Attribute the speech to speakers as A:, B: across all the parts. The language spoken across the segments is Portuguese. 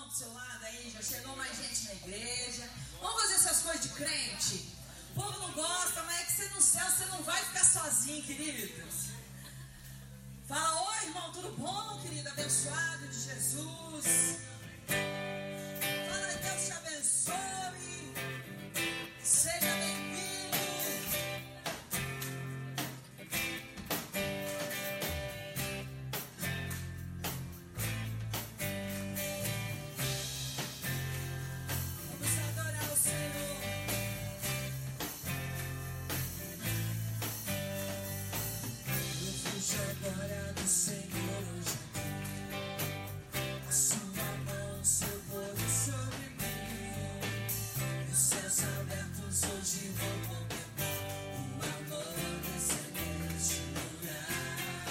A: do seu lado aí, já chegou mais gente na igreja. Vamos fazer essas coisas de crente. O povo não gosta, mas é que você no céu você não vai ficar sozinho, queridos. Fala, oi irmão, tudo bom, querido? Abençoado de Jesus. Fala, Deus te abençoe. Seja bem-vindo.
B: Glória do Senhor hoje, a sua mão, seu poder sobre mim. Os céus abertos hoje vão contemplar o amor descer neste lugar.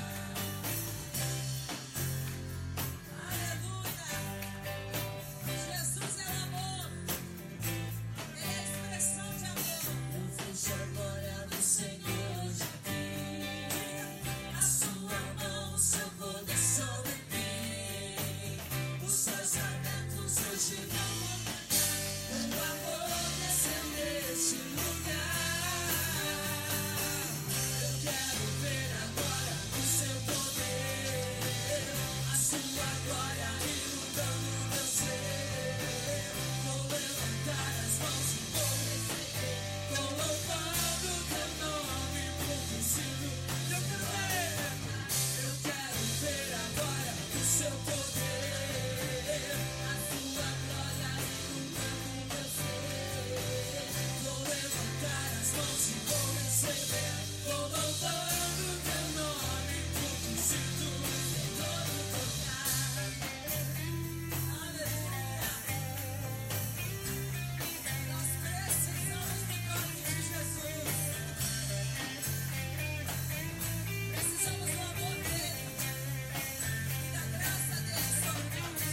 A: Aleluia! Jesus é o amor. Ele é a expressão de amor.
B: Eu vejo a glória do Senhor hoje aqui. A sua mão, seu poder sobre mim. Os céus abertos hoje vão contemplar o amor descer neste lugar. Eu quero ver agora o seu poder, a sua glória inundando meu ser. Vou levantar as mãos e vou receber, vou louvando teu nome porque sinto. Eu quero ver agora o seu poder, a sua glória inundando meu ser. Vou levantar as mãos e vou receber, vou louvando teu nome porque sinto todo tocar.
A: Aleluia! Nós precisamos do toque de Jesus. Precisamos do amor dele e da graça dele sobre nós.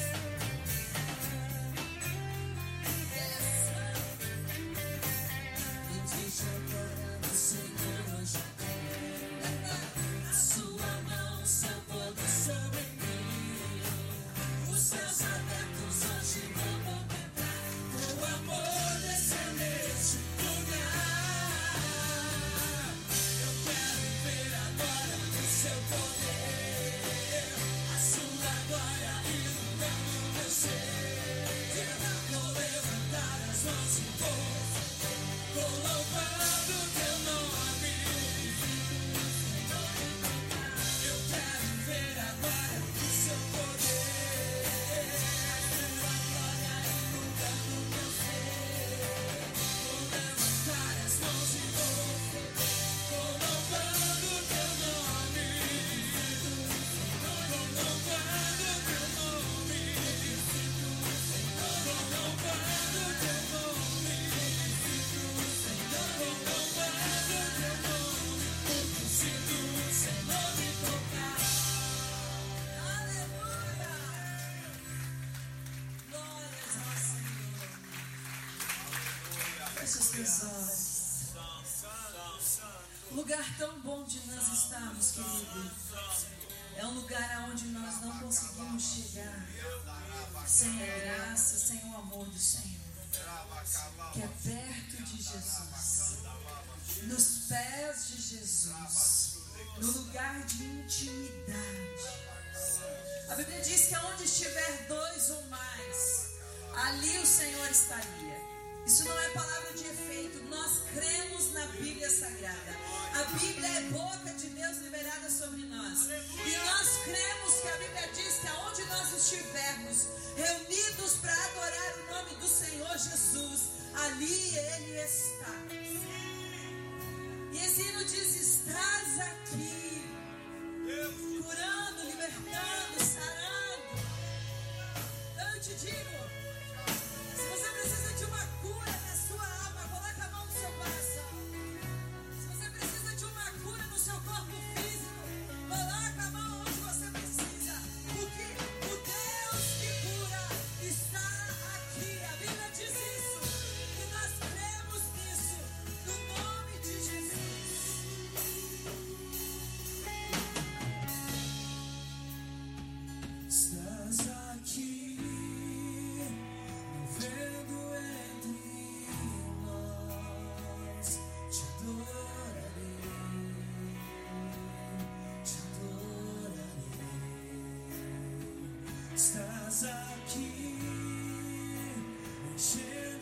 B: Eu vejo a glória do Senhor hoje aqui. A sua mão, seu poder sobre mim. Os céus abertos hoje vão contemplar o amor descer neste lugar. Eu quero ver agora o seu poder, a sua glória inundando meu ser. Vou levantar as mãos e vou louvando teu nome. Eu quero ver agora o seu poder, a sua glória inundando meu ser. Vou levantar as mãos e vou louvando teu nome. Vou louvando teu nome. Vou louvando teu nome. Vou louvando teu nome. Eu sinto o Senhor me tocar.
A: Aleluia! Glórias ao Senhor. Feche os teus olhos. Lugar tão bom de nós estarmos, querido. É um lugar aonde nós não conseguimos chegar sem a graça, sem o amor do Senhor, que é perto de Jesus, nos pés de Jesus, no lugar de intimidade. A Bíblia diz que aonde estiver dois ou mais, ali o Senhor estaria. Isso não é palavra de efeito, nós cremos na Bíblia Sagrada. A Bíblia é boca de Deus liberada sobre nós. E nós cremos que a Bíblia diz que aonde nós estivermos reunidos para adorar o nome do Senhor Jesus, ali Ele está. E esse hino diz: estás aqui, curando, libertando, sarando. Então eu te digo, se você precisa de uma cura na sua alma, coloca a mão no seu coração. Se você precisa de uma cura no seu corpo físico, coloca a mão onde você precisa. Porque o Deus que cura está aqui. A Bíblia diz isso. E nós cremos nisso. No nome de Jesus.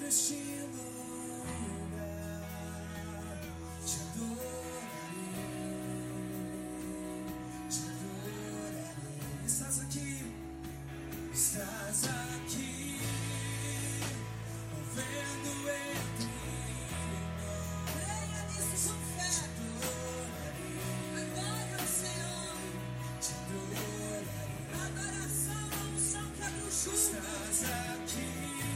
B: neste lugar, te adorarei. Estás aqui, movendo entre nós. Creia nisso com fé. Agora, Senhor, te adorarei. Adoração, unção que abre o jugo. Estás aqui,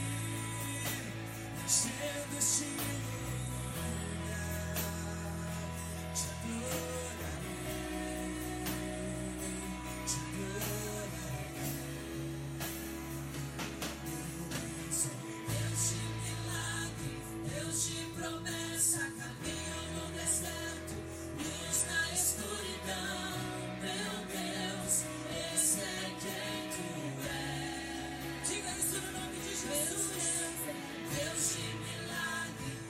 B: enchendo este lugar, te adorarei, te adorarei. Deus de milagre, Deus de promessa, caminho no deserto, luz na escuridão. Meu Deus, esse é quem tu és. Diga isso no nome de Jesus. Deus de milagre,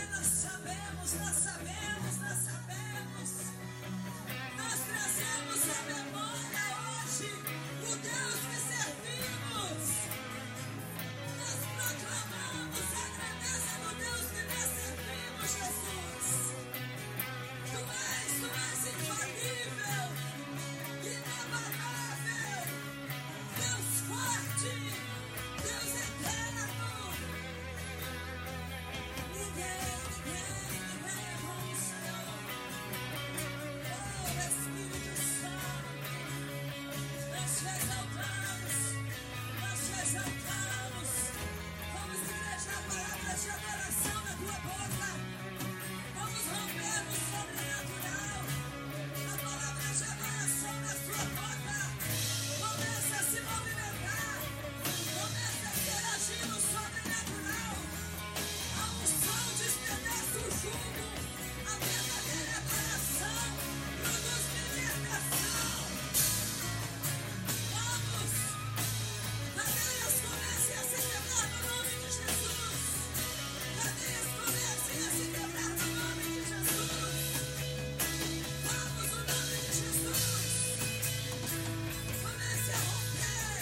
A: nós sabemos. Nós trazemos à memória hoje o Deus que servimos. Nós proclamamos a grandeza do Deus que nós servimos, Jesus. Tu és infalível, inabalável, Deus forte, Deus eterno. Ninguém é como o Senhor. Oh, Espírito Santo, nós te exaltamos. Vamos, igreja, palavras de adoração na tua boca. Vamos romper no sobrenatural. A palavra de adoração na sua boca. Começa a se movimentar. Começa a interagir no sobrenatural. A unção despedaça o jugo. A verdadeira adoração produz libertação. Vamos! Cadeias comecem a se quebrar no nome de Jesus. Cadeias comecem a se quebrar no nome de Jesus. Vamos no nome de Jesus. Comece a romper.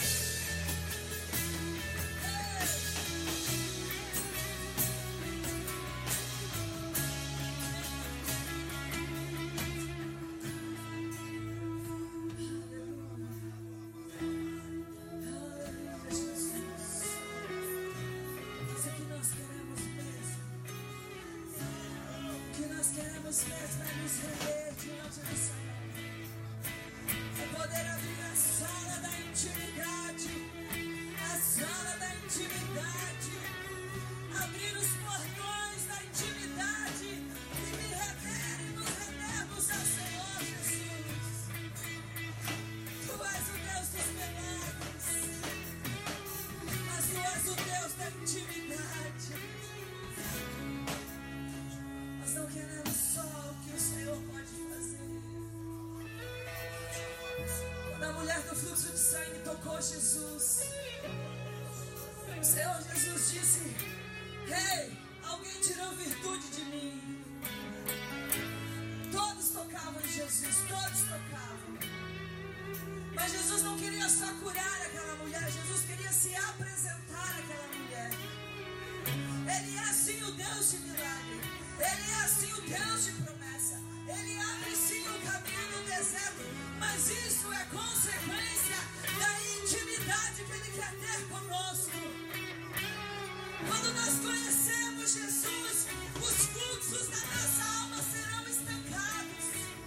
A: Aleluia, Jesus. Isso é que nós queremos mesmo. O que nós queremos mesmo é nos render diante do Senhor. É poder abrir a sala da intimidade. A sala da intimidade. Abrir os portões da intimidade. E me render e nos rendermos ao Senhor Jesus. Tu és o Deus dos milagres. Mas tu és o Deus da intimidade. Nós não queremos só o que o Senhor pode fazer. Quando a mulher do fluxo de sangue tocou Jesus, o Senhor Jesus disse: Ei, alguém tirou virtude de mim. Todos tocavam em Jesus, todos tocavam. Mas Jesus não queria só curar aquela mulher, Jesus queria se apresentar àquela mulher. Ele é assim o Deus de milagre. Ele é assim o Deus de promessa. Ele abre sim o caminho no deserto. Mas isso é consequência da intimidade que Ele quer ter conosco. Quando nós conhecemos Jesus, os fluxos da nossa alma serão estancados.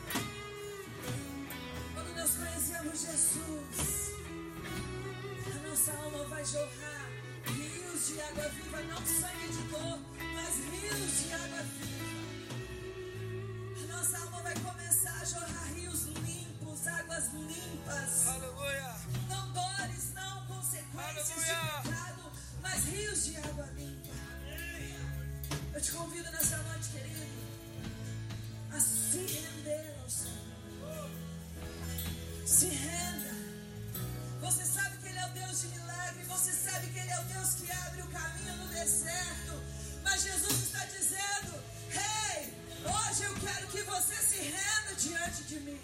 A: Quando nós conhecemos Jesus, a nossa alma vai jorrar rios de água viva, não sangue de dor, mas rios de água viva. A nossa alma vai começar a jorrar rios limpos, águas limpas.
C: Aleluia.
A: Não dores, não consequências
C: Aleluia.
A: de pecado, mas rios de água limpa. Eu te convido nessa noite, querido, a se render ao Senhor. Se renda. Você sabe que Ele é o Deus de milagre. Você sabe que Ele é o Deus que abre o caminho no deserto. Mas Jesus está dizendo: Ei, hoje eu quero que você se renda diante de mim.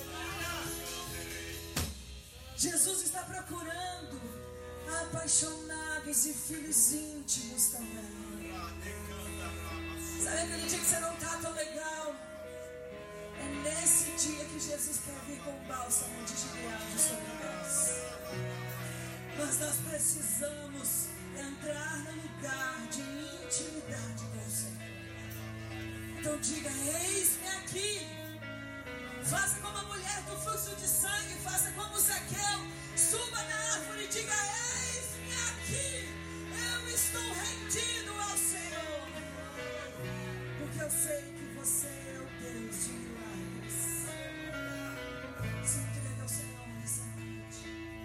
A: Jesus está procurando apaixonados e filhos íntimos também. Sabe aquele dia que você não está tão legal? É nesse dia que Jesus quer vir com o bálsamo de Gileade sobre nós. Mas nós precisamos entrar no lugar de intimidade com o Senhor. Então diga: eis-me aqui. Faça como a mulher do fluxo de sangue. Faça como Zaqueu. Suba na árvore e diga: eis-me aqui. Eu estou rendido ao Senhor. Porque eu sei que você é o Deus de milagres. Se entrega ao Senhor nessa noite.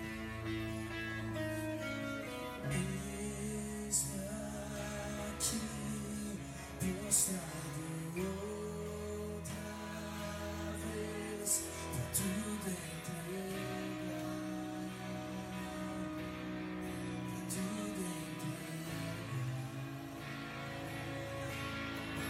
B: Eis-me aqui, prostrado outra vez, pra tudo entregar, pra tudo entregar.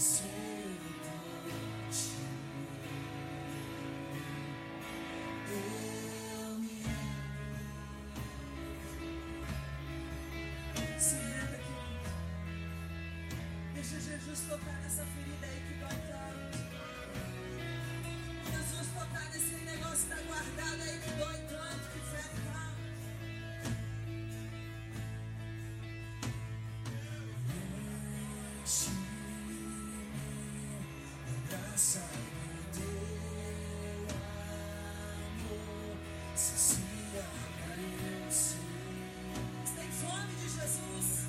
A: Se renda, querido. Deixa Jesus tocar nessa ferida aí que dói tanto. Jesus tocar nesse negócio que está guardado aí que dói tanto, que fere tanto. Você tem fome de Jesus?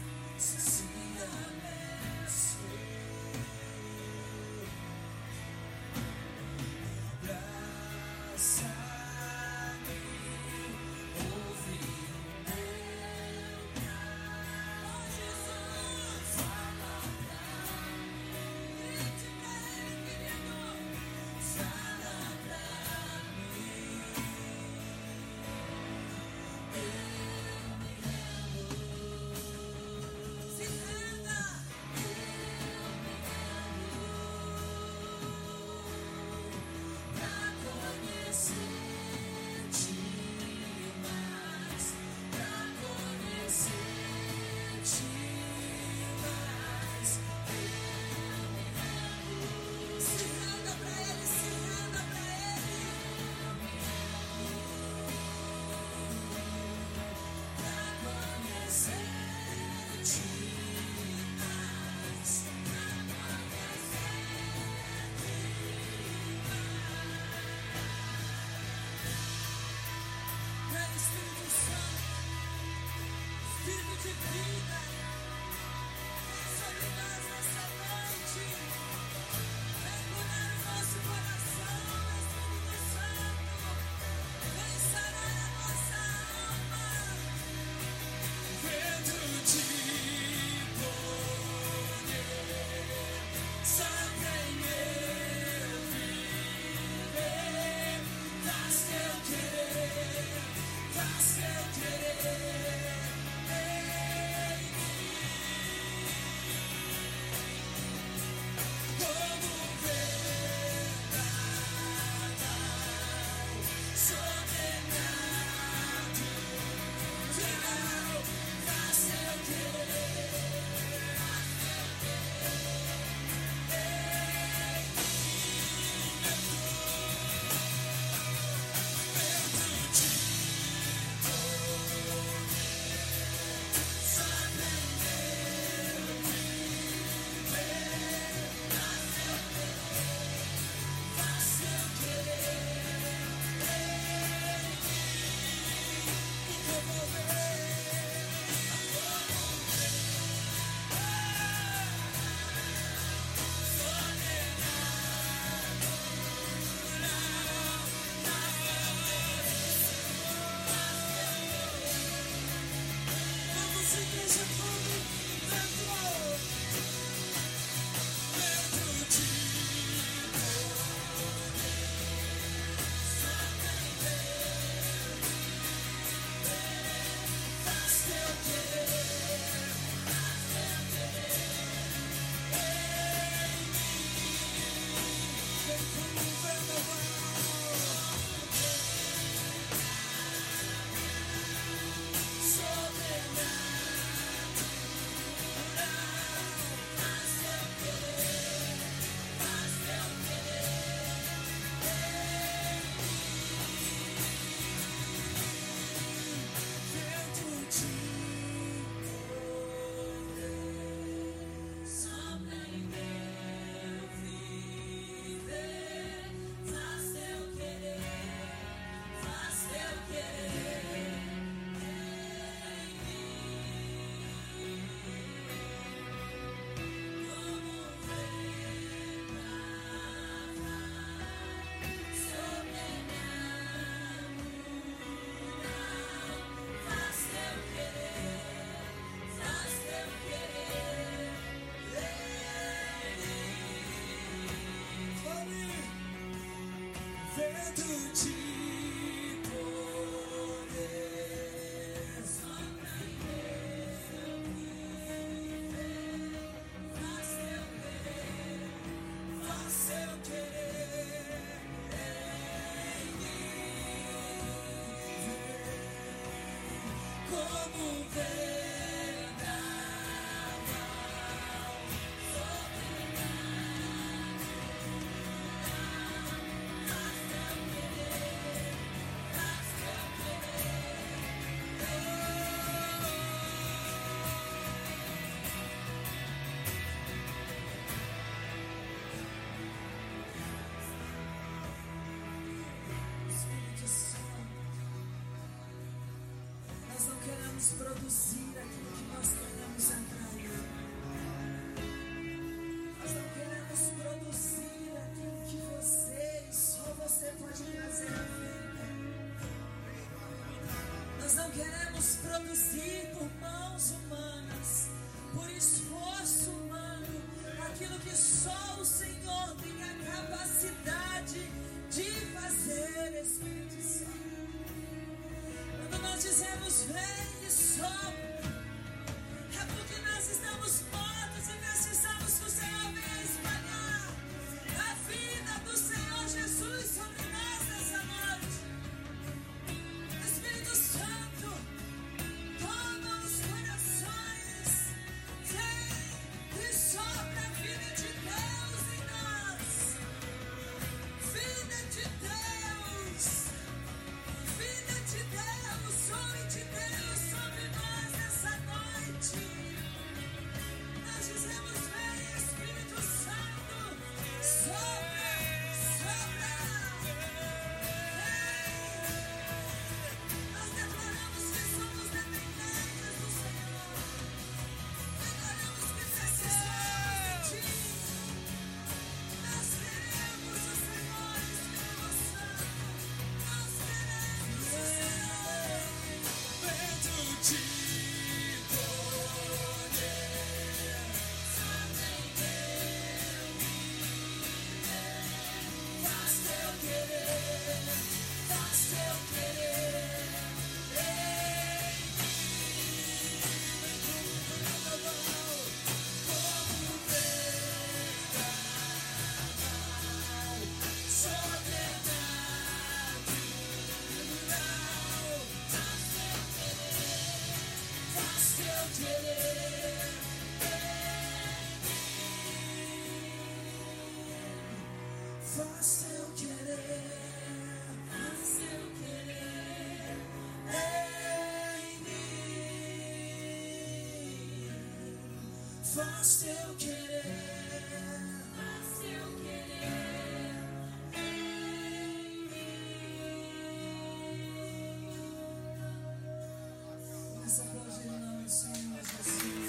A: queremos produzir aquilo que nós queremos atrair. Nós não queremos produzir aquilo que você e só você pode trazer à vida. Nós não queremos produzir por mãos humanas, por esforço humano, aquilo que só o Senhor tem a capacidade de fazer, Espírito Santo. Quando nós dizemos vem e sopra, é porque nós estamos mortos e precisamos que o Senhor venha espalhar a vida do Senhor Jesus sobre nós nessa noite. Espírito Santo, toma os corações, vem e sopra a vida de Deus em nós. Vida de Deus, vida de Deus, oi de Deus sobre nós nessa noite. Nós dizemos vem Espírito Santo, sopra, sopra, vem. Nós declaramos que somos dependentes do Senhor, declaramos que precisamos de Ti. Nós queremos o Senhor, Espírito Santo, nós queremos o Senhor.
B: Dentro de faz teu querer, faz teu querer em mim, como vendaval sobre natural. Faz teu querer
A: Faz teu querer,
B: faz teu querer
A: em mim. Faz teu querer,
B: faz teu querer em mim.
A: Nós aplaudimos em nome do Senhor Jesus.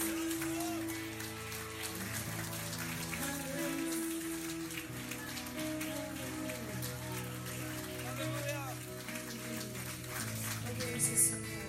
A: Pode se sentar.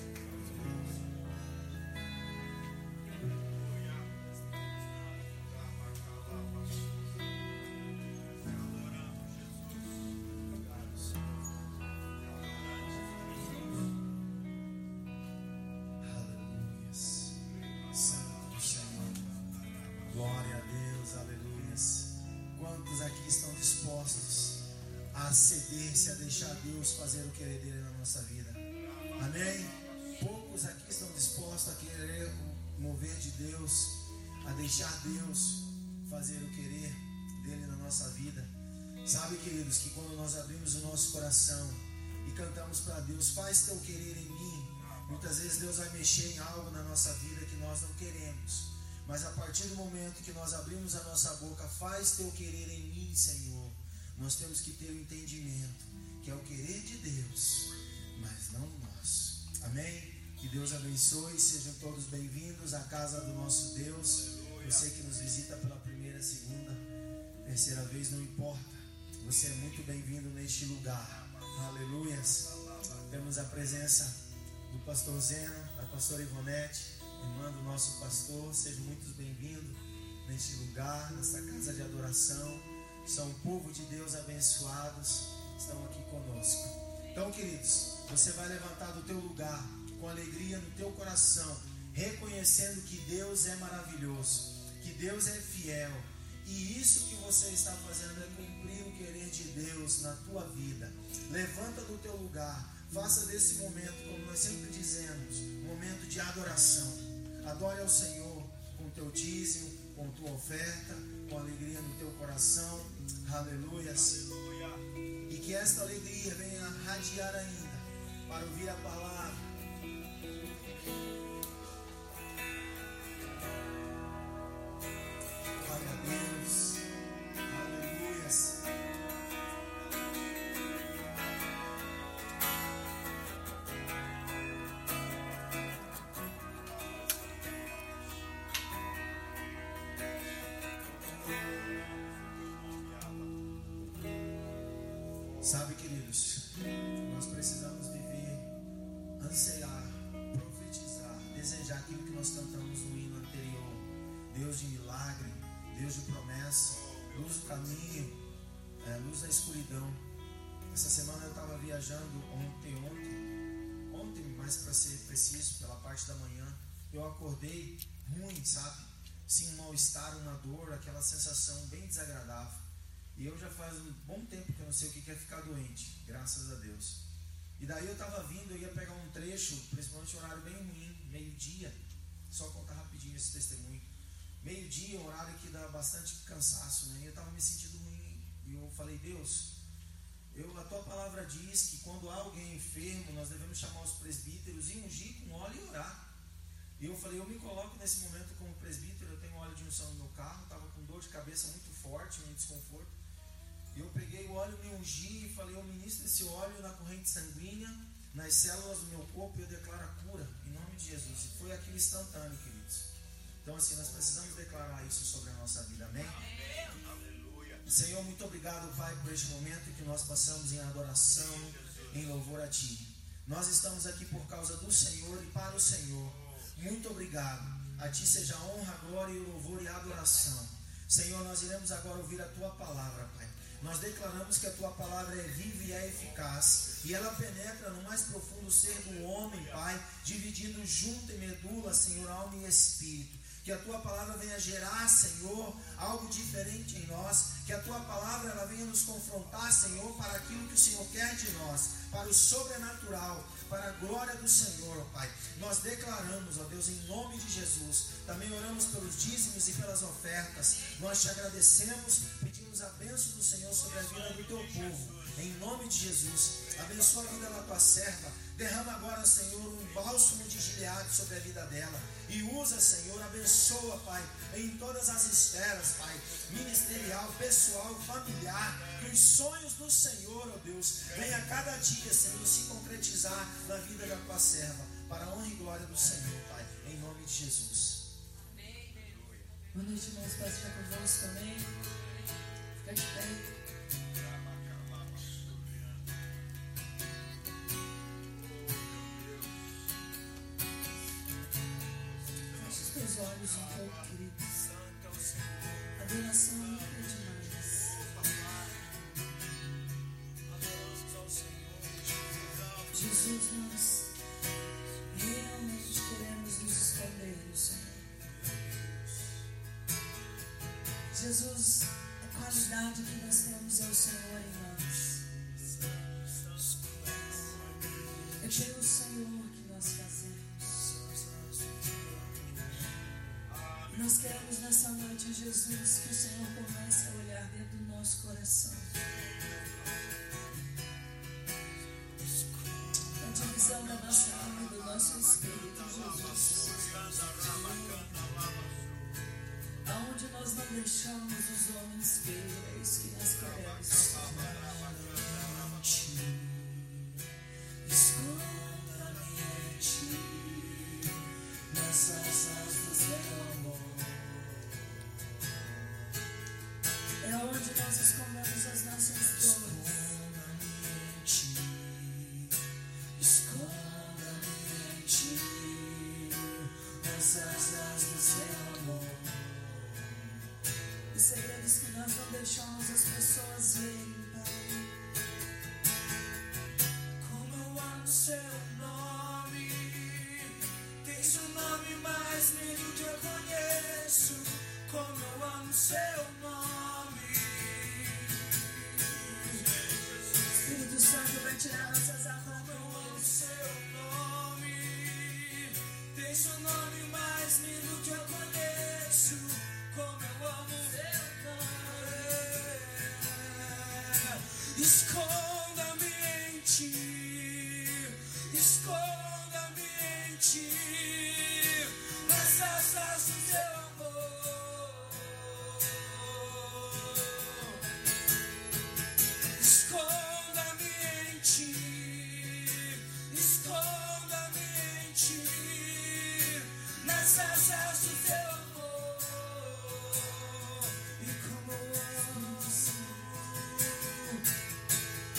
C: Aleluias. Santo Senhor. Glória a Deus, aleluias. Quantos aqui estão dispostos a ceder-se, a deixar Deus fazer o querer dele na nossa vida? Amém? Poucos aqui estão dispostos a querer o mover de Deus, a deixar Deus fazer o querer dele na nossa vida. Sabe, queridos, que quando nós abrimos o nosso coração e cantamos para Deus, faz teu querer em mim, muitas vezes Deus vai mexer em algo na nossa vida que nós não queremos. Mas a partir do momento que nós abrimos a nossa boca, faz teu querer em mim, Senhor, nós temos que ter o entendimento que é o querer de Deus, mas não o nosso. Amém? Que Deus abençoe, sejam todos bem-vindos à casa do nosso Deus. Você que nos visita pela primeira, segunda, terceira vez, não importa, você é muito bem-vindo neste lugar. Aleluias. Temos a presença do pastor Zeno, da pastora Ivonete, irmã do nosso pastor. Sejam muito bem-vindos neste lugar, nesta casa de adoração. São um povo de Deus abençoados, estão aqui conosco. Então, queridos, você vai levantar do teu lugar com alegria no teu coração, reconhecendo que Deus é maravilhoso, que Deus é fiel, e isso que você está fazendo é cumprir o querer de Deus na tua vida. Levanta do teu lugar, faça desse momento, como nós sempre dizemos, um momento de adoração. Adore ao Senhor com teu dízimo, com tua oferta, com alegria no teu coração. Aleluias. E que esta alegria venha radiar ainda para ouvir a palavra. Glória a Deus. Aleluias. Sabe, queridos, nós precisamos viver, anseiar, profetizar, desejar aquilo que nós cantamos no hino anterior. Deus de milagre, Deus de promessa, luz do caminho, luz da escuridão. Essa semana eu estava viajando ontem, mais para ser preciso, pela parte da manhã. Eu acordei ruim, sabe? Sim, um mal-estar, uma dor, aquela sensação bem desagradável. E eu já faz um bom tempo que eu não sei o que é ficar doente, graças a Deus. E daí eu estava vindo, eu ia pegar um trecho, principalmente um horário bem ruim, meio-dia. Só contar rapidinho esse testemunho. Meio-dia, um horário que dá bastante cansaço, né? E eu estava me sentindo ruim. E eu falei, Deus, a tua palavra diz que quando há alguém enfermo, nós devemos chamar os presbíteros e ungir com óleo e orar. E eu falei, eu me coloco nesse momento como presbítero, eu tenho óleo de unção no meu carro, estava com dor de cabeça muito forte, um desconforto. E eu peguei o óleo, me ungi e falei, eu ministro esse óleo na corrente sanguínea, nas células do meu corpo, e eu declaro a cura, em nome de Jesus. E foi aquilo instantâneo, queridos. Então assim, nós precisamos declarar isso sobre a nossa vida, amém? Senhor, muito obrigado, Pai, por este momento que nós passamos em adoração, em louvor a Ti. Nós estamos aqui por causa do Senhor e para o Senhor. Muito obrigado. A Ti seja a honra, a glória, e o louvor e a adoração. Senhor, nós iremos agora ouvir a Tua palavra, Pai. Nós declaramos que a Tua palavra é viva e é eficaz, e ela penetra no mais profundo ser do homem, Pai, dividindo junto em medula, Senhor, alma e espírito. Que a Tua palavra venha gerar, Senhor, algo diferente em nós. Que a Tua palavra ela venha nos confrontar, Senhor, para aquilo que o Senhor quer de nós, para o sobrenatural, para a glória do Senhor, Pai. Nós declaramos, ó Deus, em nome de Jesus. Também oramos pelos dízimos e pelas ofertas. Nós Te agradecemos, pedimos a bênção do Senhor sobre a vida do Teu povo. Em nome de Jesus, abençoa a vida da Tua serva. Derrama agora, Senhor, um bálsamo de Gileade sobre a vida dela. E usa, Senhor, abençoa, Pai, em todas as esferas, Pai, ministerial, pessoal, familiar. Que os sonhos do Senhor, ó Deus, venha a cada dia, Senhor, se concretizar na vida da Tua serva, para a honra e glória do Senhor, Pai, em nome de Jesus.
A: Boa noite, irmãos, paz seja convosco, amém? Fica de pé. Os olhos um pouco, queridos. A adoração nunca é demais. Jesus, nós realmente queremos nos esconder no Senhor. Jesus, a qualidade que nós temos é o Senhor em nós. É pelo Senhor que nós fazemos. Nós queremos nessa noite, Jesus, que o Senhor comece a olhar dentro do nosso coração. A divisão da nossa alma e do nosso espírito, Jesus. Aonde nós não deixamos os homens ver, é isso que nós queremos.
B: Esconda-me em Ti, nessas asas do Teu amor.
A: É onde nós escondemos as nossas dores.
B: Esconda-me em Ti, esconda-me em Ti, nessas asas do Teu amor.
A: Os segredos que nós não deixamos as pessoas verem, Pai.
B: Como eu amo Seu nome, tens o nome mais lindo que eu conheço. Como eu amo Seu nome.
A: Espírito Santo vai tirar nossas armas.
B: Como eu amo Seu nome, tens o nome mais lindo que eu conheço. Como eu amo Seu nome. Esconda-me em Ti, esconda-me em Ti, nas asas do Teu amor. Esconda-me em Ti, esconda-me em Ti, nas asas do Teu amor. E como eu amo,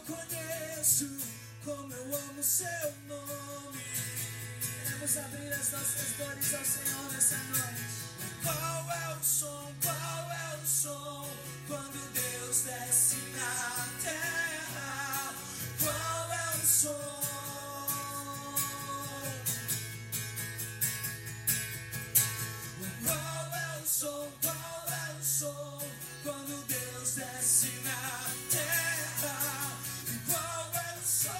C: conheço, como eu amo seu nome.
A: Queremos abrir as nossas dores ao Senhor nessa noite.
C: Qual é o som, quando Deus desce na terra? Qual é o som? Qual é o som, quando Deus desce na terra? E qual é o som?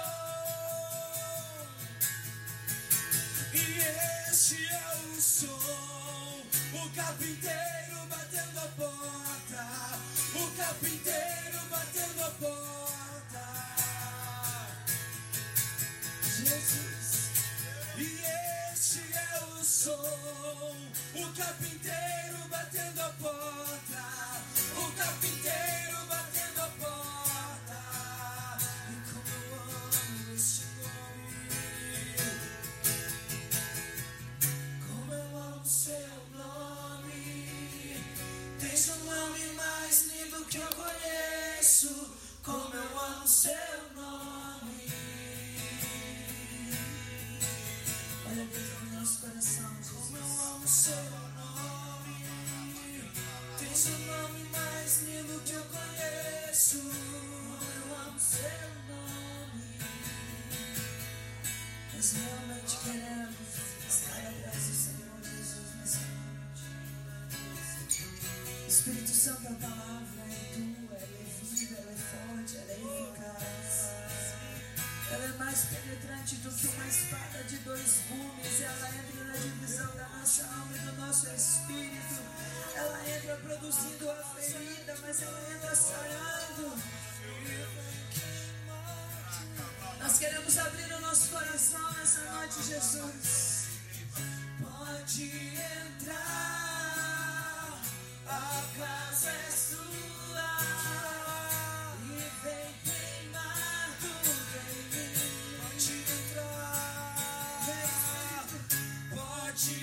C: E este é o som, o carpinteiro batendo a porta, o carpinteiro batendo a porta.
A: Jesus.
C: E este é o som, o carpinteiro batendo a porta, o carpinteiro batendo a porta. E como eu amo este nome, como eu amo seu nome. Tens um nome mais lindo que eu conheço, como eu amo seu nome.
A: Olha dentro do nosso coração,
C: Como eu
A: Jesus.
C: amo seu nome. Tens um nome mais lindo que eu conheço. Como eu amo seu nome.
A: Nós realmente queremos estar atrás do Senhor Jesus nessa noite. Espírito Santo, a palavra é tua, ela é viva, ela é forte, ela é eficaz. Ela é mais penetrante do que uma espada de dois gumes. Ela entra na divisão da nossa alma e do nosso espírito. Ela entra produzindo a ferida, mas ela entra sarando. Nós queremos abrir o nosso coração nessa noite, Jesus.
C: Pode entrar, a casa é sua.
A: E vem queimar tudo em mim.
C: Pode entrar, pode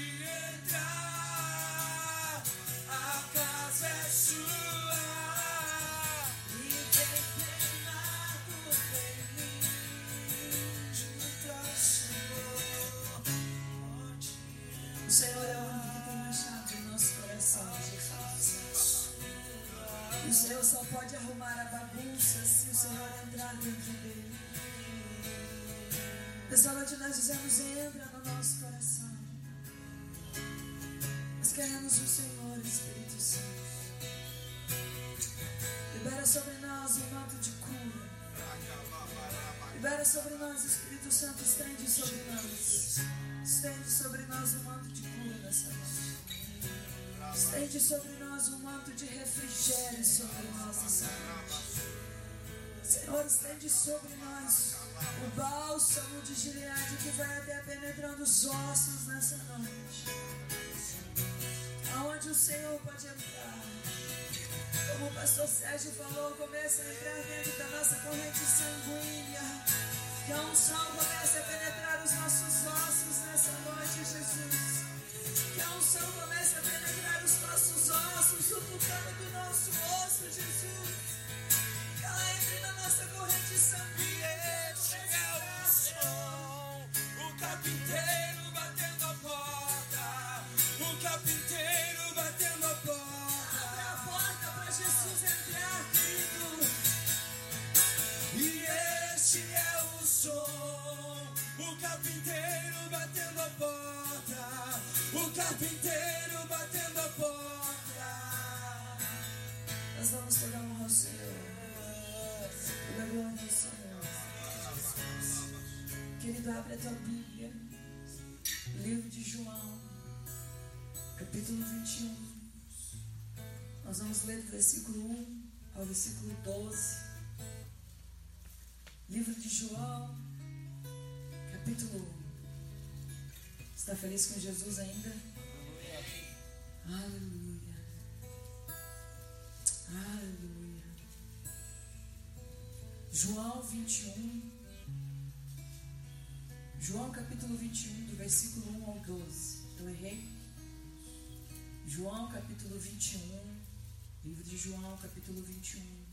C: entrar, a casa é sua.
A: E vem queimar tudo em mim.
C: Pode entrar, Senhor. Pode
A: O Senhor é o único que tem a chave do nosso coração, Jesus. E o Senhor só pode arrumar a bagunça se o Senhor entrar dentro dele. Nessa noite nós dizemos: entra no nosso coração. Nós queremos o Senhor, Espírito Santo. Libera sobre nós um manto de cura. Libera sobre nós, Espírito Santo, estende sobre nós. Estende sobre nós um manto de cura nessa noite. Estende sobre nós um manto de refrigério sobre nós nessa noite. Senhor, estende sobre nós o bálsamo de Gileade que vai até penetrando os ossos nessa noite. Aonde o Senhor pode entrar. Como o pastor Sérgio falou, começa a entrar dentro da nossa corrente sanguínea. Que a unção comece a penetrar os nossos ossos nessa noite, Jesus. Que a unção comece a penetrar os nossos ossos, sufocando do nosso osso, Jesus. Que ela entre na nossa corrente sanguínea.
C: Este é o som, o carpinteiro batendo a porta, o carpinteiro batendo a porta.
A: Abra a porta para Jesus entrar, querido.
C: E este é o som, o carpinteiro batendo a porta, o carpinteiro batendo a porta.
A: Nós vamos toda a honra ao Senhor. Toda a glória ao Senhor. Querido, abre a tua Bíblia. Livro de João, capítulo 21. Nós vamos ler do versículo 1 ao versículo 12. Livro de João, capítulo 1. Está feliz com Jesus ainda? Aleluia. Aleluia. João 21. João capítulo 21, do versículo 1 ao 12. Eu errei? João capítulo 21. Livro de João capítulo 21.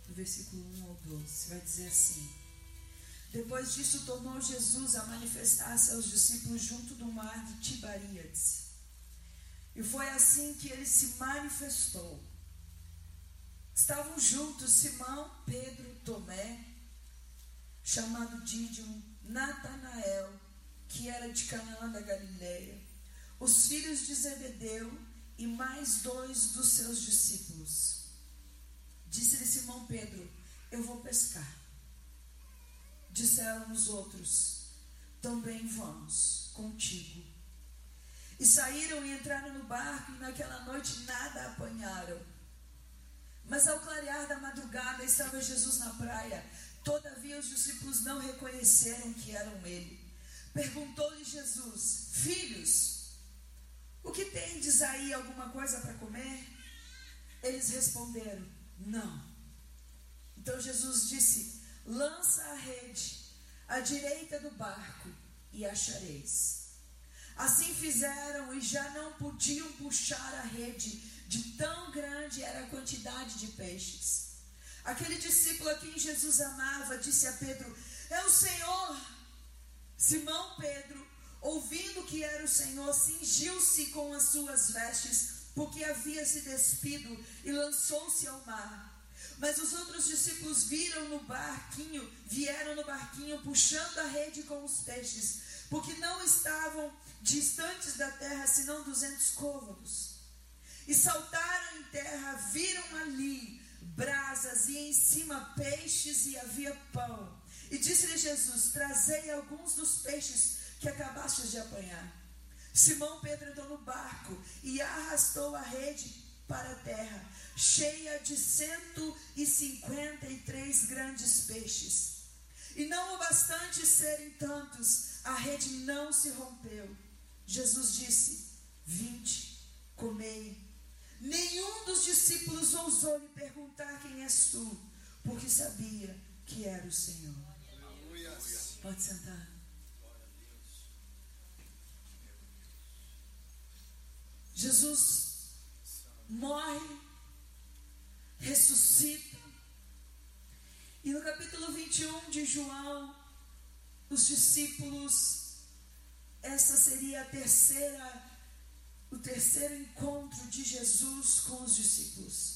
A: do versículo 1 ao 12, vai dizer assim: depois disso tornou Jesus a manifestar-se aos discípulos junto do mar de Tiberíades. E foi assim que ele se manifestou. Estavam juntos Simão, Pedro, Tomé, chamado Dídimo, Natanael, que era de Canaã da Galileia, os filhos de Zebedeu e mais 2 dos seus discípulos. Disse-lhe Simão Pedro: eu vou pescar. Disseram os outros: também vamos contigo. E saíram e entraram no barco, e naquela noite nada apanharam. Mas ao clarear da madrugada estava Jesus na praia. Todavia os discípulos não reconheceram que eram ele. Perguntou-lhe Jesus: filhos, o que tendes aí, alguma coisa para comer? Eles responderam: não. Então Jesus disse: lança a rede à direita do barco e achareis. Assim fizeram e já não podiam puxar a rede, de tão grande era a quantidade de peixes. Aquele discípulo a quem Jesus amava disse a Pedro: é o Senhor. Simão Pedro, ouvindo que era o Senhor, cingiu-se com as suas vestes, porque havia se despido, e lançou-se ao mar. Mas os outros discípulos vieram no barquinho puxando a rede com os peixes, porque não estavam distantes da terra senão 200 côvados. E saltaram em terra, viram ali brasas e em cima peixes, e havia pão. E disse-lhe Jesus: trazei alguns dos peixes que acabastes de apanhar. Simão Pedro entrou no barco e arrastou a rede para a terra, cheia de 153 grandes peixes. E não o bastante serem tantos, a rede não se rompeu. Jesus disse: vinde, comei. Nenhum dos discípulos ousou lhe perguntar: quem és tu? Porque sabia que era o Senhor. Aleluia. Pode sentar. Jesus morre, ressuscita, e no capítulo 21 de João, os discípulos, essa seria o terceiro encontro de Jesus com os discípulos.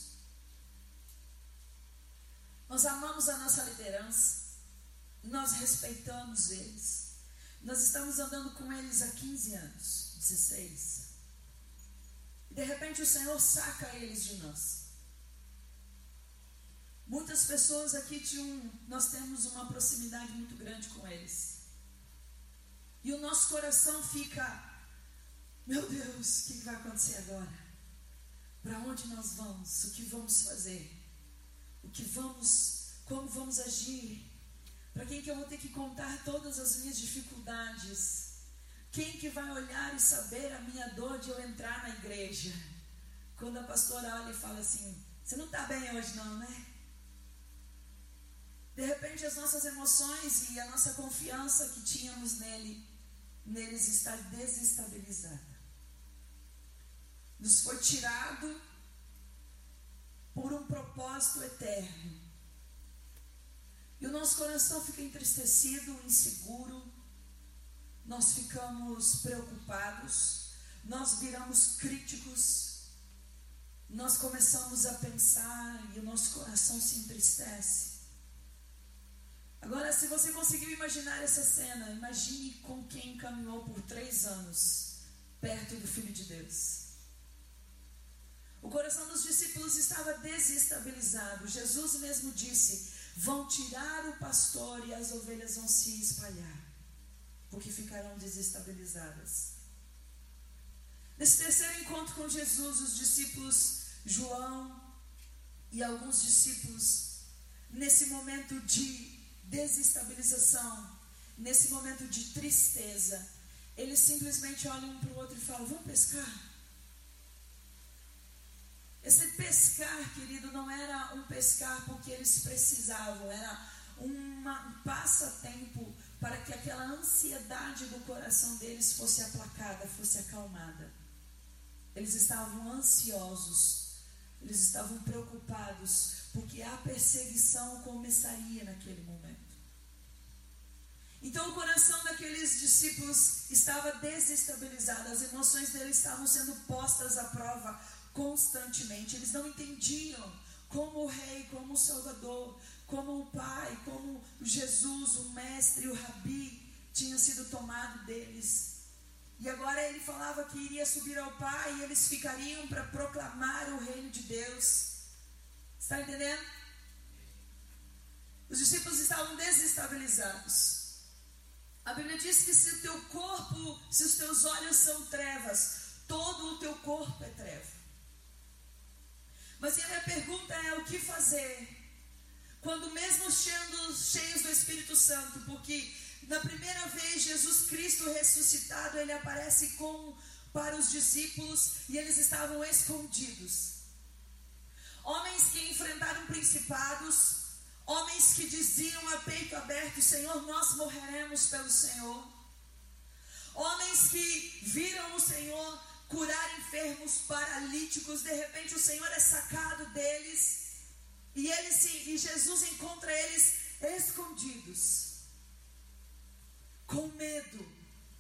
A: Nós amamos a nossa liderança, nós respeitamos eles, nós estamos andando com eles há 15 anos, 16. E de repente o Senhor saca eles de nós. Muitas pessoas aqui nós temos uma proximidade muito grande com eles. E o nosso coração fica: meu Deus, o que vai acontecer agora? Para onde nós vamos? O que vamos fazer? Como vamos agir? Para quem que eu vou ter que contar todas as minhas dificuldades? Quem que vai olhar e saber a minha dor de eu entrar na igreja? Quando a pastora olha e fala assim: você não está bem hoje não, né? De repente as nossas emoções e a nossa confiança que tínhamos neles está desestabilizada. Nos foi tirado por um propósito eterno. E o nosso coração fica entristecido, inseguro. Nós ficamos preocupados, nós viramos críticos, nós começamos a pensar e o nosso coração se entristece. Agora, se você conseguiu imaginar essa cena, imagine com quem caminhou por 3 anos perto do Filho de Deus. O coração dos discípulos estava desestabilizado. Jesus mesmo disse: vão tirar o pastor e as ovelhas vão se espalhar, porque ficarão desestabilizadas. Nesse terceiro encontro com Jesus, os discípulos João e alguns discípulos, nesse momento de desestabilização, nesse momento de tristeza, eles simplesmente olham um para o outro e falam: vamos pescar? Esse pescar, querido, não era um pescar porque eles precisavam, era um passatempo para que aquela ansiedade do coração deles fosse aplacada, fosse acalmada. Eles estavam ansiosos Eles estavam preocupados porque a perseguição começaria naquele momento. Então o coração daqueles discípulos estava desestabilizado, as emoções deles estavam sendo postas à prova constantemente. Eles não entendiam como o Rei, como o Salvador, como o Pai, como Jesus, o Mestre, o Rabi, tinha sido tomado deles. E agora ele falava que iria subir ao Pai e eles ficariam para proclamar o reino de Deus. Está entendendo? Os discípulos estavam desestabilizados. A Bíblia diz que se o teu corpo, se os teus olhos são trevas, todo o teu corpo é treva. Mas a minha pergunta é: o que fazer quando mesmo cheios do Espírito Santo? Porque na primeira vez Jesus Cristo ressuscitado, ele aparece para os discípulos e eles estavam escondidos. Homens que enfrentaram principados, homens que diziam a peito aberto: Senhor, nós morreremos pelo Senhor. Homens que viram o Senhor curar enfermos, paralíticos. De repente o Senhor é sacado deles e Jesus encontra eles escondidos, com medo.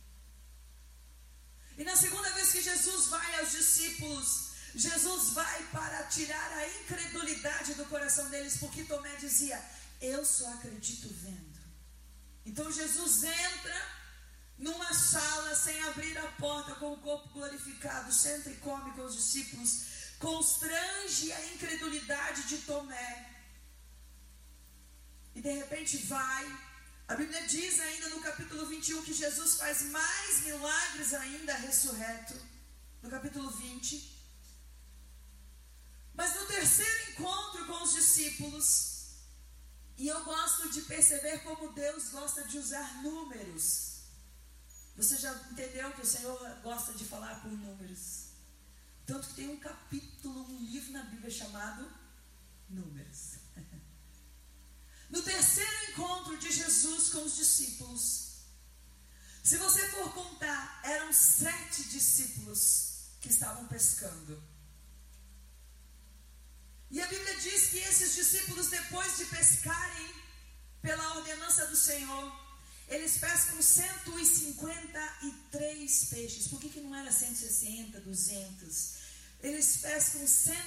A: E na segunda vez que Jesus vai aos discípulos, Jesus vai para tirar a incredulidade do coração deles, porque Tomé dizia: eu só acredito vendo. Então Jesus entra numa sala sem abrir a porta, com o corpo glorificado, senta e come com os discípulos, constrange a incredulidade de Tomé. E de repente a Bíblia diz ainda no capítulo 21 que Jesus faz mais milagres ainda ressurreto, no capítulo 20. Mas no terceiro encontro com os discípulos, e eu gosto de perceber como Deus gosta de usar números. Você já entendeu que o Senhor gosta de falar por números? Tanto que tem um capítulo, um livro na Bíblia chamado Números. No terceiro encontro de Jesus com os discípulos, se você for contar, eram 7 discípulos que estavam pescando. E a Bíblia diz que esses discípulos, depois de pescarem pela ordenança do Senhor, eles pescam 153 peixes. Por que não era 160, 200? Eles pescam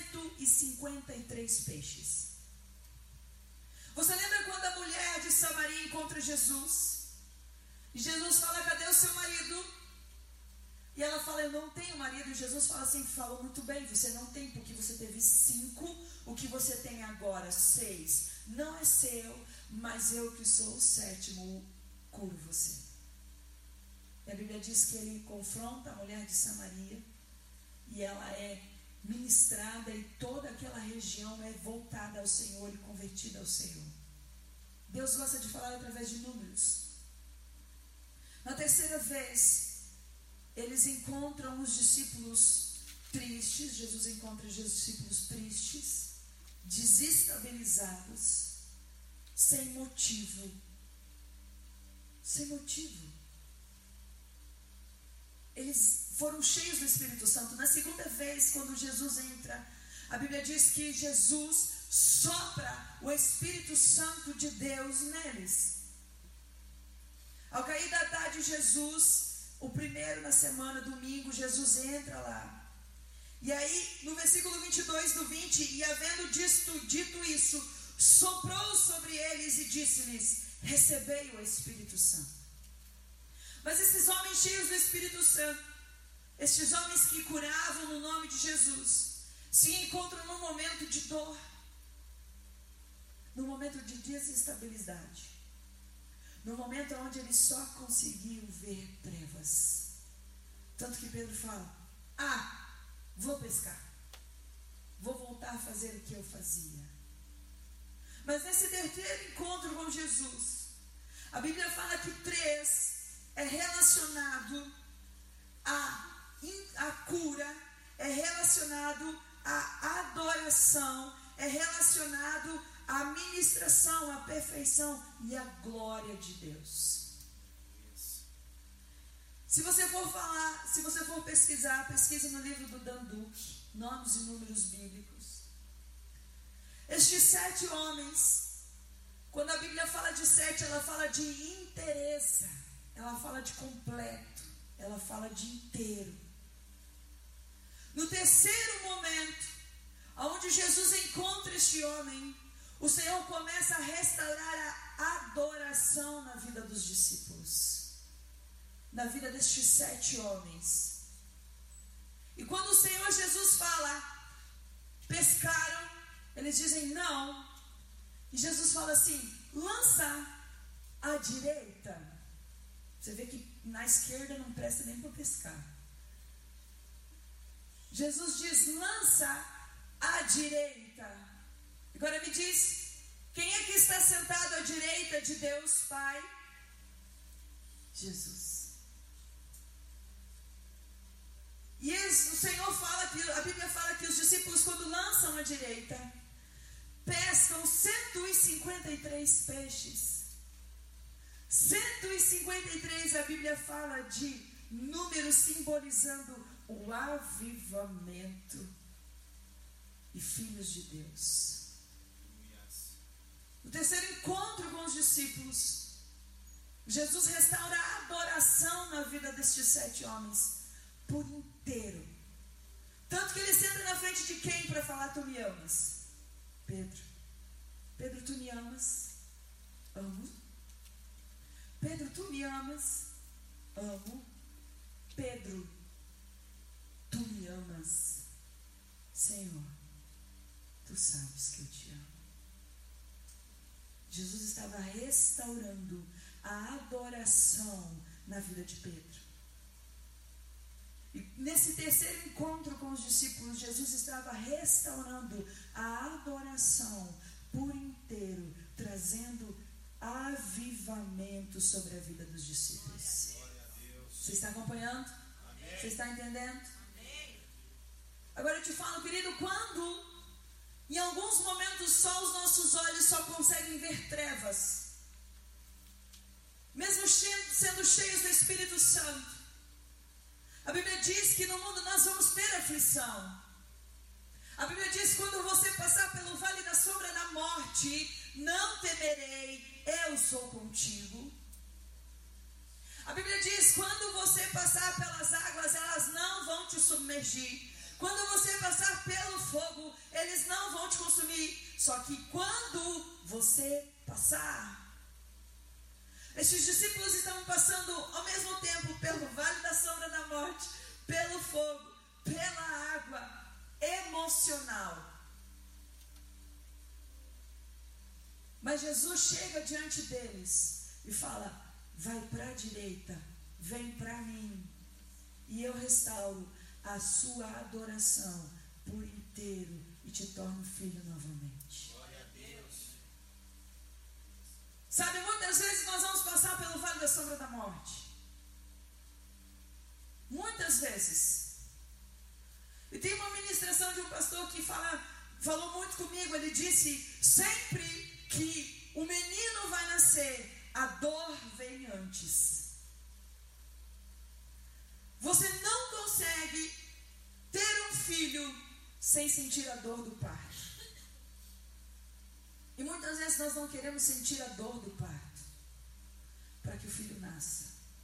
A: 153 peixes. Você lembra quando a mulher de Samaria encontra Jesus? E Jesus fala: cadê o seu marido? E ela fala: eu não tenho marido. E Jesus fala assim: falou muito bem, você não tem, porque você teve 5, o que você tem agora, 6, não é seu, mas eu que sou o 7º, curo você. E a Bíblia diz que ele confronta a mulher de Samaria e ela é ministrada e toda aquela região é voltada ao Senhor e convertida ao Senhor. Deus gosta de falar através de números. Na terceira vez, eles encontram os discípulos tristes. Jesus encontra os discípulos tristes, desestabilizados, sem motivo. Sem motivo. Eles foram cheios do Espírito Santo. Na segunda vez, quando Jesus entra, a Bíblia diz que Jesus sopra o Espírito Santo de Deus neles. Ao cair da tarde, o primeiro na semana, domingo, Jesus entra lá. E aí, no versículo 22 do 20, e havendo dito isso, soprou sobre eles e disse-lhes: recebei o Espírito Santo. Mas esses homens cheios do Espírito Santo, estes homens que curavam no nome de Jesus, se encontram num momento de dor, num momento de desestabilidade, num momento onde eles só conseguiam ver trevas. Tanto que Pedro fala: vou pescar, vou voltar a fazer o que eu fazia. Mas nesse terceiro encontro com Jesus, a Bíblia fala que 3 é relacionado à cura, é relacionado à adoração, é relacionado à ministração, à perfeição e à glória de Deus. Se você for pesquisar, pesquisa no livro do Dan Duque, Nomes e Números Bíblicos. Estes 7 homens, quando a Bíblia fala de 7, ela fala de inteireza, ela fala de completo, ela fala de inteiro. No terceiro momento, onde Jesus encontra este homem, o Senhor começa a restaurar a adoração na vida dos discípulos, na vida destes 7 homens. E quando o Senhor Jesus fala, pescaram, eles dizem não. E Jesus fala assim, lança à direita. Você vê que na esquerda não presta nem para pescar. Jesus diz, lança à direita. Agora me diz, quem é que está sentado à direita de Deus Pai? Jesus. E o Senhor fala que, a Bíblia fala que os discípulos, quando lançam à direita, pescam 153 peixes. 153, a Bíblia fala de números simbolizando o avivamento e filhos de Deus. No terceiro encontro com os discípulos, Jesus restaura a adoração na vida destes 7 homens por inteiro. Tanto que ele senta na frente de quem para falar, tu me amas? Pedro. Pedro, tu me amas? Amo. Pedro, tu me amas? Amo. Pedro, tu me amas? Senhor, tu sabes que eu te amo. Jesus estava restaurando a adoração na vida de Pedro. E nesse terceiro encontro com os discípulos, Jesus estava restaurando a adoração por inteiro, trazendo avivamento sobre a vida dos discípulos. Você está acompanhando? Amém. Você está entendendo? Amém. Agora eu te falo, querido, quando em alguns momentos só os nossos olhos só conseguem ver trevas, mesmo sendo cheios do Espírito Santo, a Bíblia diz que no mundo nós vamos ter aflição. A Bíblia diz, quando você passar pelo vale da sombra da morte, não temerei, eu sou contigo. A Bíblia diz, quando você passar pelas águas, elas não vão te submergir. Quando você passar pelo fogo, eles não vão te consumir. Só que quando você passar, esses discípulos estavam passando ao mesmo tempo pelo vale da sombra da morte, pelo fogo, pela água emocional. Mas Jesus chega diante deles e fala, vai para a direita, vem para mim, e eu restauro a sua adoração por inteiro e te torno filho novamente. Glória a Deus. Sabe, muitas vezes nós vamos passar pelo vale da sombra da morte. Muitas vezes. E tem uma ministração de um pastor que falou muito comigo. Ele disse, sempre que o menino vai nascer, a dor vem antes. Você não consegue ter um filho sem sentir a dor do parto. E muitas vezes nós não queremos sentir a dor do parto para que o filho nasça.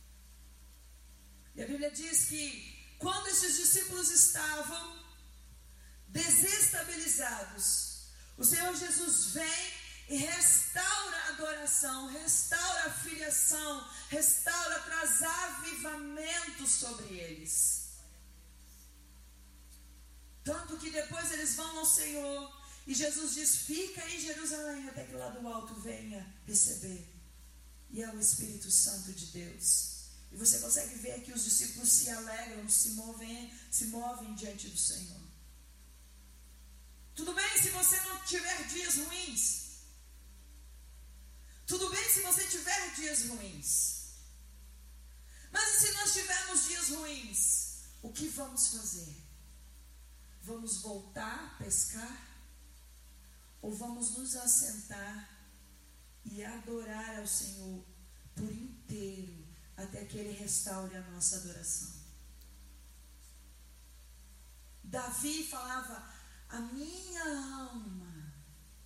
A: E a Bíblia diz que quando esses discípulos estavam desestabilizados, o Senhor Jesus vem e restaura a adoração, restaura a filiação, restaura, traz avivamento sobre eles. Tanto que depois eles vão ao Senhor e Jesus diz, fica em Jerusalém até que lá do alto venha receber. E é o Espírito Santo de Deus. E você consegue ver que os discípulos se alegram, se movem diante do Senhor. Tudo bem se você não tiver dias ruins. Tudo bem se você tiver dias ruins. Mas e se nós tivermos dias ruins? O que vamos fazer? Vamos voltar a pescar? Ou vamos nos assentar e adorar ao Senhor por inteiro, até que Ele restaure a nossa adoração? Davi falava, a minha alma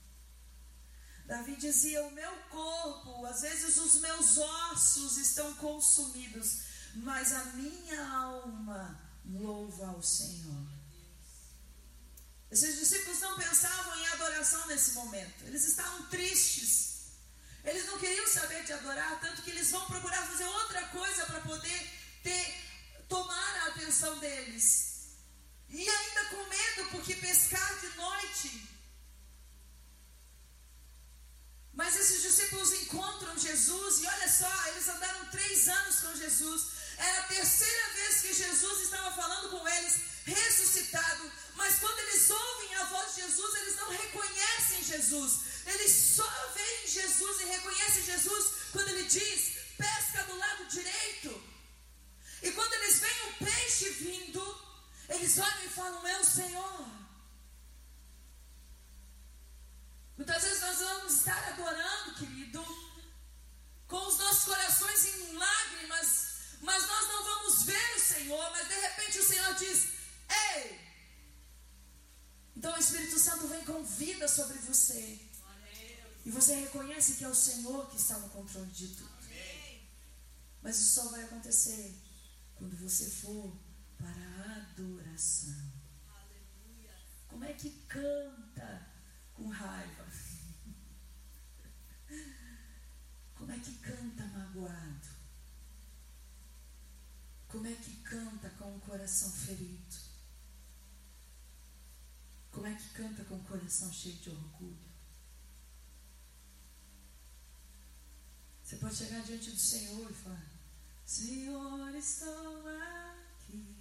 A: Davi dizia: o meu corpo, às vezes os meus ossos estão consumidos, mas a minha alma louva ao Senhor. Esses discípulos não pensavam em adoração nesse momento. Eles estavam tristes. Eles não queriam saber de adorar, tanto que eles vão procurar fazer outra coisa para poder tomar a atenção deles. E ainda com medo, porque pescar de noite. Mas esses discípulos encontram Jesus e olha só, eles andaram 3 anos com Jesus. Era a terceira vez que Jesus estava falando com eles, ressuscitado. Mas quando eles ouvem a voz de Jesus, eles não reconhecem Jesus. Eles só veem Jesus e reconhecem Jesus quando ele diz: pesca do lado direito. E quando eles veem o peixe vindo, eles olham e falam: é o Senhor. Muitas vezes nós vamos estar adorando, querido, com os nossos corações em lágrimas, mas nós não vamos ver o Senhor, mas de repente o Senhor diz: ei! Então o Espírito Santo vem com vida sobre você. E você reconhece que é o Senhor que está no controle de tudo. Mas isso só vai acontecer quando você for para a adoração. Como é que canta com raiva? Como é que canta magoado? Como é que canta com o coração ferido? Como é que canta com o coração cheio de orgulho? Você pode chegar diante do Senhor e falar: Senhor, estou aqui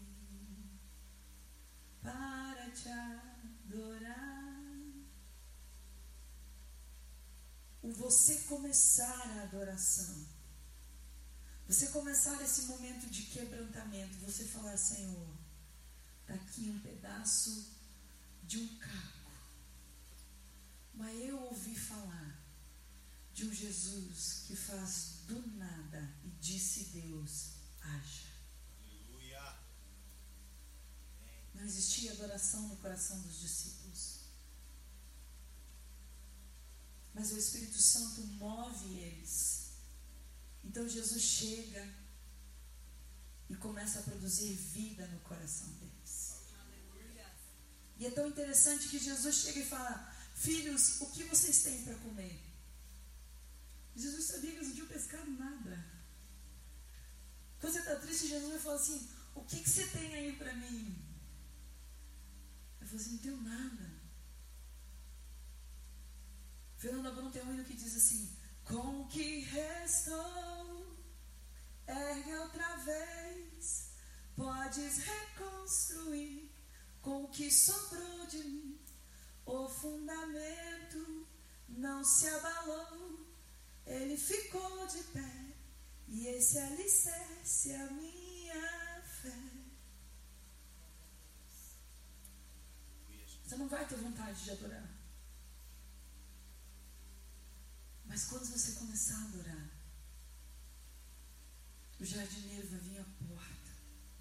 A: para te adorar. O você começar a adoração, você começar esse momento de quebrantamento, você falar: Senhor, está aqui um pedaço de um caco, mas eu ouvi falar de um Jesus que faz do nada e disse Deus, haja. Aleluia. Não existia adoração no coração dos discípulos, mas o Espírito Santo move eles. Então Jesus chega e começa a produzir vida no coração deles. Aleluia. E é tão interessante que Jesus chega e fala: filhos, o que vocês têm para comer? Jesus sabia que eles não tinham pescado nada. Quando você está triste, Jesus vai falar assim: o que você tem aí para mim? Eu falei assim: não tenho nada. Fernando Abrão tem um hino que diz assim: com o que restou, ergue outra vez, podes reconstruir com o que sobrou de mim. O fundamento não se abalou, ele ficou de pé, e esse alicerce é a minha fé. Você não vai ter vontade de adorar, mas quando você começar a adorar, o jardineiro vai vir à porta.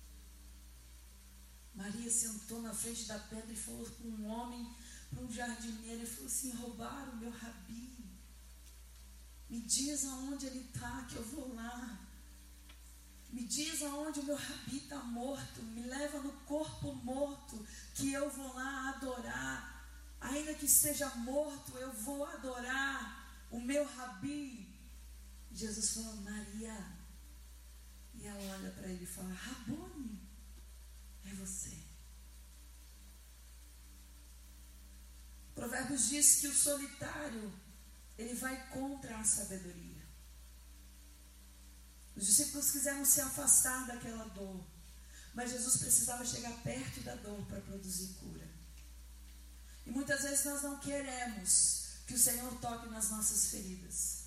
A: Maria sentou na frente da pedra e falou para um homem, para um jardineiro, e falou assim: roubaram o meu rabi. Me diz aonde ele está, que eu vou lá. Me diz aonde o meu rabi está morto. Me leva no corpo morto, que eu vou lá adorar. Ainda que esteja morto, eu vou adorar o meu rabi. Jesus falou: Maria. E ela olha para ele e fala: Rabone, é você. Provérbios diz que o solitário, ele vai contra a sabedoria. Os discípulos quiseram se afastar daquela dor, mas Jesus precisava chegar perto da dor para produzir cura. E muitas vezes nós não queremos que o Senhor toque nas nossas feridas.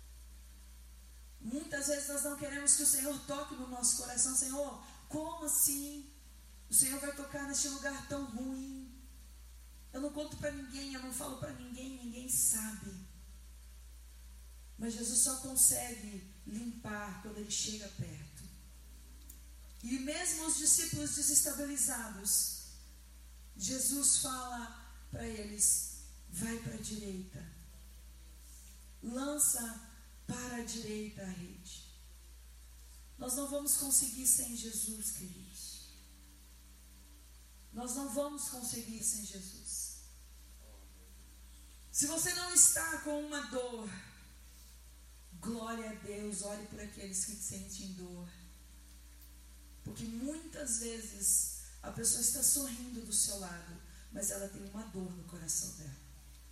A: Muitas vezes nós não queremos que o Senhor toque no nosso coração. Senhor, como assim? O Senhor vai tocar neste lugar tão ruim. Eu não conto para ninguém, eu não falo para ninguém, ninguém sabe. Mas Jesus só consegue limpar quando ele chega perto. E mesmo os discípulos desestabilizados, Jesus fala para eles: vai para a direita. lança para a direita a rede. Nós não vamos conseguir sem Jesus, queridos. Nós não vamos conseguir sem Jesus. Se você não está com uma dor, glória a Deus, ore por aqueles que sentem dor. Porque muitas vezes a pessoa está sorrindo do seu lado, mas ela tem uma dor no coração dela.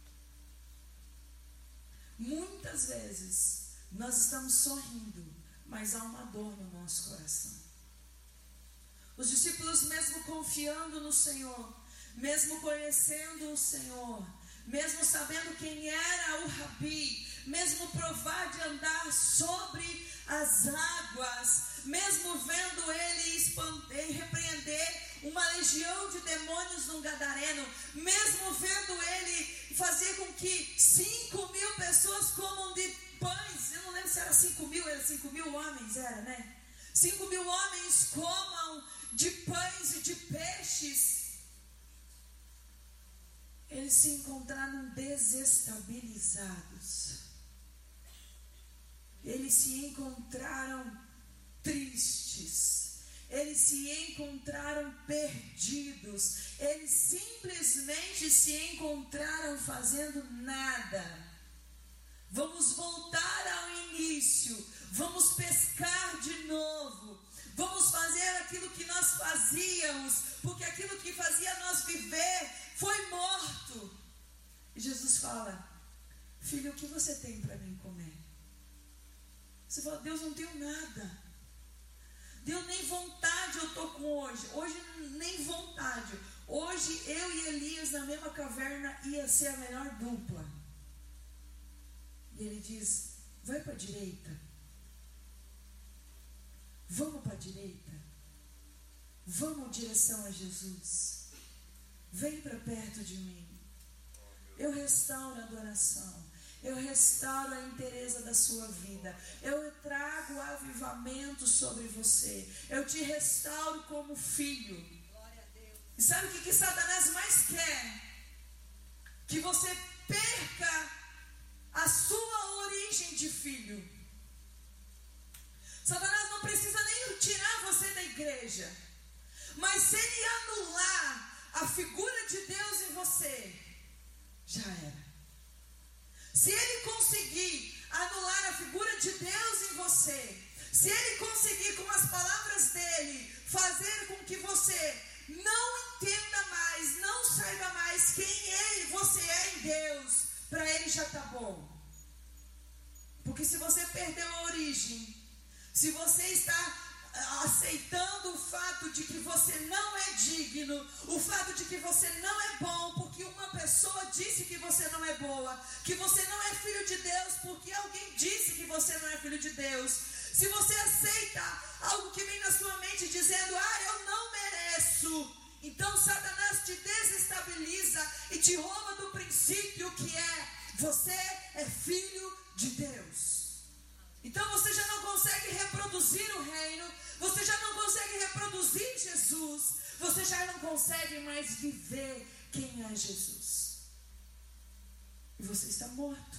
A: Muitas vezes nós estamos sorrindo, mas há uma dor no nosso coração. Os discípulos, mesmo confiando no Senhor, mesmo conhecendo o Senhor, mesmo sabendo quem era o Rabi, mesmo provar de andar sobre as águas, mesmo vendo ele repreender uma legião de demônios num gadareno, mesmo vendo ele fazer com que 5.000 pessoas comam de pães, eu não lembro se era 5.000, era 5.000 homens, era, né? 5.000 homens comam de pães e de peixes. Eles se encontraram desestabilizados. Eles se encontraram tristes. Eles se encontraram perdidos. Eles simplesmente se encontraram fazendo nada. Vamos voltar ao início. Vamos pescar de novo. Vamos fazer aquilo que nós fazíamos, porque aquilo que fazia nós viver foi morto. E Jesus fala: filho, o que você tem para mim comer? Você fala: Deus, não tenho nada. Deus, nem vontade eu estou com hoje. Hoje nem vontade. Hoje eu e Elias na mesma caverna ia ser a melhor dupla. E ele diz: vai para a direita. Vamos para a direita. Vamos em direção a Jesus. Vem para perto de mim. Eu restauro a adoração. Eu restauro a inteireza da sua vida. Eu trago avivamento sobre você. Eu te restauro como filho. E sabe o que Satanás mais quer? Que você perca a sua origem de filho. Satanás não precisa nem tirar você da igreja. Mas se ele anular a figura de Deus em você, já era. Se ele conseguir anular a figura de Deus em você, se ele conseguir com as palavras dele fazer com que você não entenda mais, não saiba mais quem você é em Deus, para ele já está bom. Porque se você perdeu a origem, se você está aceitando o fato de que você não é digno, o fato de que você não é bom porque uma pessoa disse que você não é boa, que você não é filho de Deus porque alguém disse que você não é filho de Deus, se você aceita algo que vem na sua mente dizendo: eu não mereço, então Satanás te desestabiliza e te rouba do princípio que você é filho de Deus. Então você já não consegue reproduzir o reino, você já não consegue reproduzir Jesus, você já não consegue mais viver quem é Jesus. E você está morto.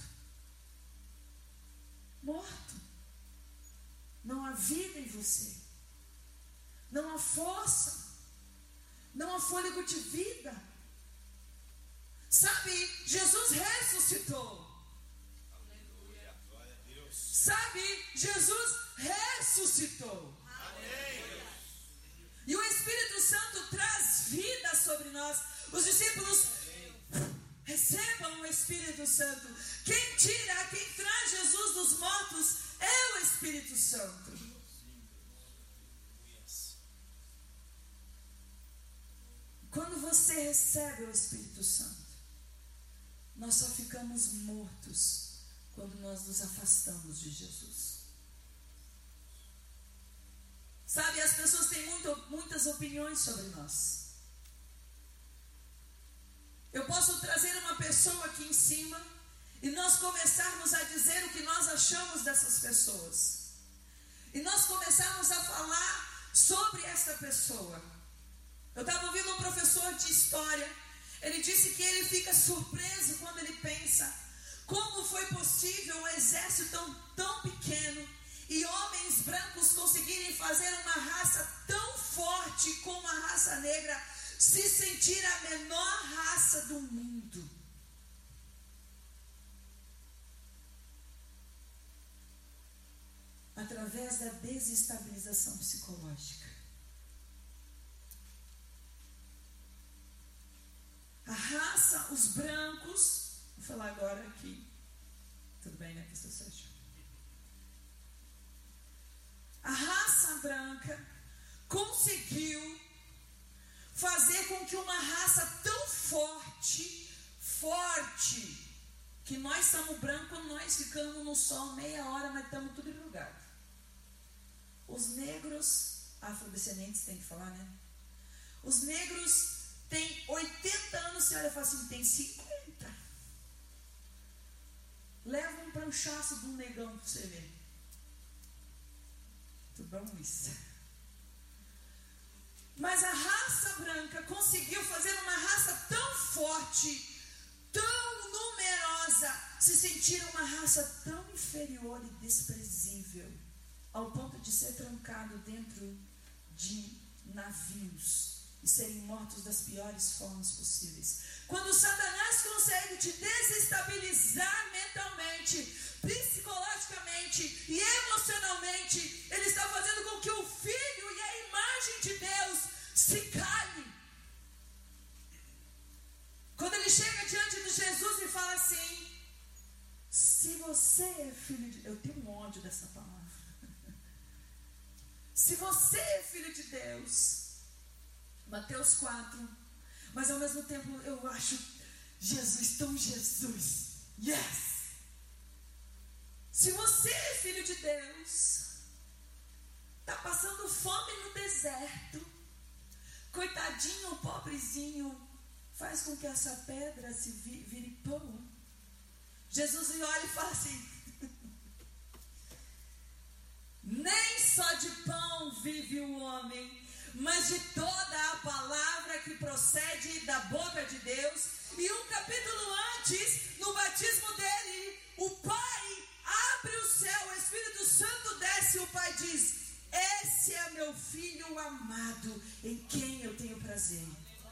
A: Morto. Não há vida em você. Não há força. Não há fôlego de vida. Sabe, Jesus ressuscitou. Sabe, Jesus ressuscitou. Amém. E o Espírito Santo traz vida sobre nós. Os discípulos recebam o Espírito Santo. Quem traz Jesus dos mortos é o Espírito Santo. Quando você recebe o Espírito Santo, nós só ficamos mortos quando nós nos afastamos de Jesus. Sabe, as pessoas têm muitas opiniões sobre nós. Eu posso trazer uma pessoa aqui em cima e nós começarmos a dizer o que nós achamos dessas pessoas. E nós começarmos a falar sobre essa pessoa. Eu estava ouvindo um professor de história. Ele disse que ele fica surpreso quando ele pensa Como foi possível um exército tão pequeno e homens brancos conseguirem fazer uma raça tão forte como a raça negra se sentir a menor raça do mundo? Através da desestabilização psicológica. A raça, os brancos, vou falar agora aqui. Tudo bem, né, pastor Sérgio? A raça branca conseguiu fazer com que uma raça tão forte, que nós somos brancos, nós ficamos no sol meia hora, mas estamos tudo drogado. Os negros, afrodescendentes tem que falar, né? Os negros têm 80 anos, você olha e fala assim, tem 50. Leva um pranchaço de um negão para você ver. Tudo bom isso? Mas a raça branca conseguiu fazer uma raça tão forte, tão numerosa, se sentir uma raça tão inferior e desprezível, ao ponto de ser trancado dentro de navios e serem mortos das piores formas possíveis. Quando Satanás consegue te desestabilizar mentalmente, psicologicamente e emocionalmente, ele está fazendo com que o Filho e a imagem de Deus se cale. Quando ele chega diante de Jesus e fala assim, se você é filho de Deus, eu tenho um ódio dessa palavra. Se você é filho de Deus, Mateus 4, mas ao mesmo tempo eu acho Jesus tão Jesus. Yes! Se você é filho de Deus, está passando fome no deserto, coitadinho, pobrezinho, faz com que essa pedra se vire pão. Jesus lhe olha e fala assim, nem só de pão vive o homem, mas de toda a palavra que procede da boca de Deus. E um capítulo antes, no batismo dele, o Pai abre o céu, o Espírito Santo desce, e o Pai diz, esse é meu Filho amado, em quem eu tenho prazer.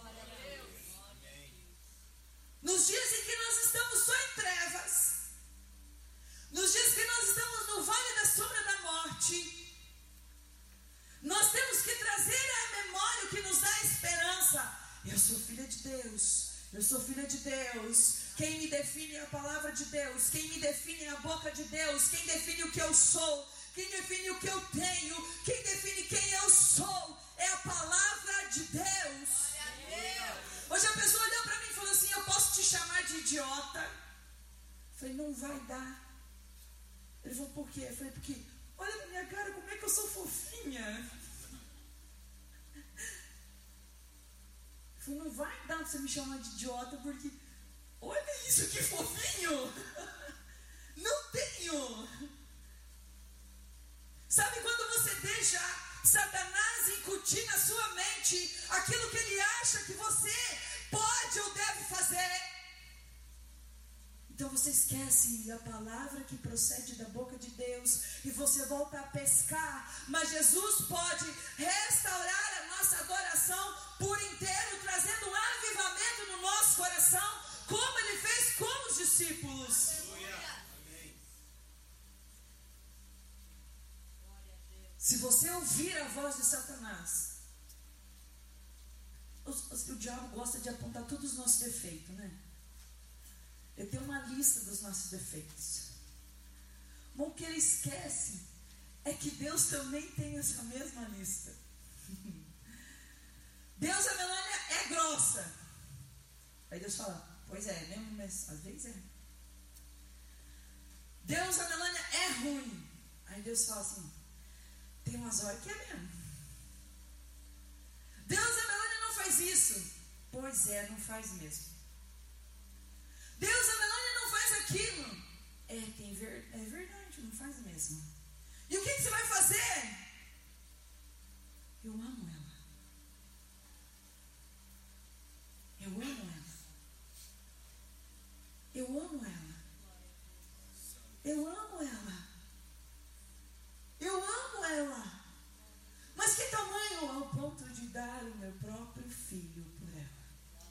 A: Nos dias em que nós estamos só em trevas, nos dias que nós estamos no vale da sombra da morte, nós temos que trazer à memória o que nos dá esperança. Eu sou filha de Deus, eu sou filha de Deus. Quem me define é a palavra de Deus, quem me define é a boca de Deus, quem define o que eu sou, quem define o que eu tenho, quem define quem eu sou é a palavra de Deus. Hoje a pessoa olhou para mim e falou assim, eu posso te chamar de idiota? Eu falei, não vai dar. Ele falou, por quê? Eu falei, porque olha na minha cara como é que eu sou fofinha. Eu falei, não vai dar pra você me chamar de idiota, porque olha isso, que fofinho. Não tenho. Sabe quando você deixa Satanás incutir na sua mente aquilo que ele acha que você pode ou deve fazer? Então você esquece a palavra que procede da boca de Deus e você volta a pescar. Mas Jesus pode restaurar a nossa adoração por inteiro, trazendo um avivamento no nosso coração, como ele fez com os discípulos. Se você ouvir a voz de Satanás, o diabo gosta de apontar todos os nossos defeitos, né? Ele tem uma lista dos nossos defeitos. Mas o que ele esquece é que Deus também tem essa mesma lista. Deus, a Melânia é grossa. Aí Deus fala, pois é, mesmo, mas às vezes é. Deus, a Melânia é ruim. Aí Deus fala assim, tem umas horas que é mesmo. Deus, a Melânia não faz isso. Pois é, não faz mesmo. Deus, a Melânia não faz aquilo. É verdade, não faz mesmo. E o que você vai fazer? Eu amo ela. Eu amo ela. Eu amo ela. ponto de dar o meu próprio filho por ela.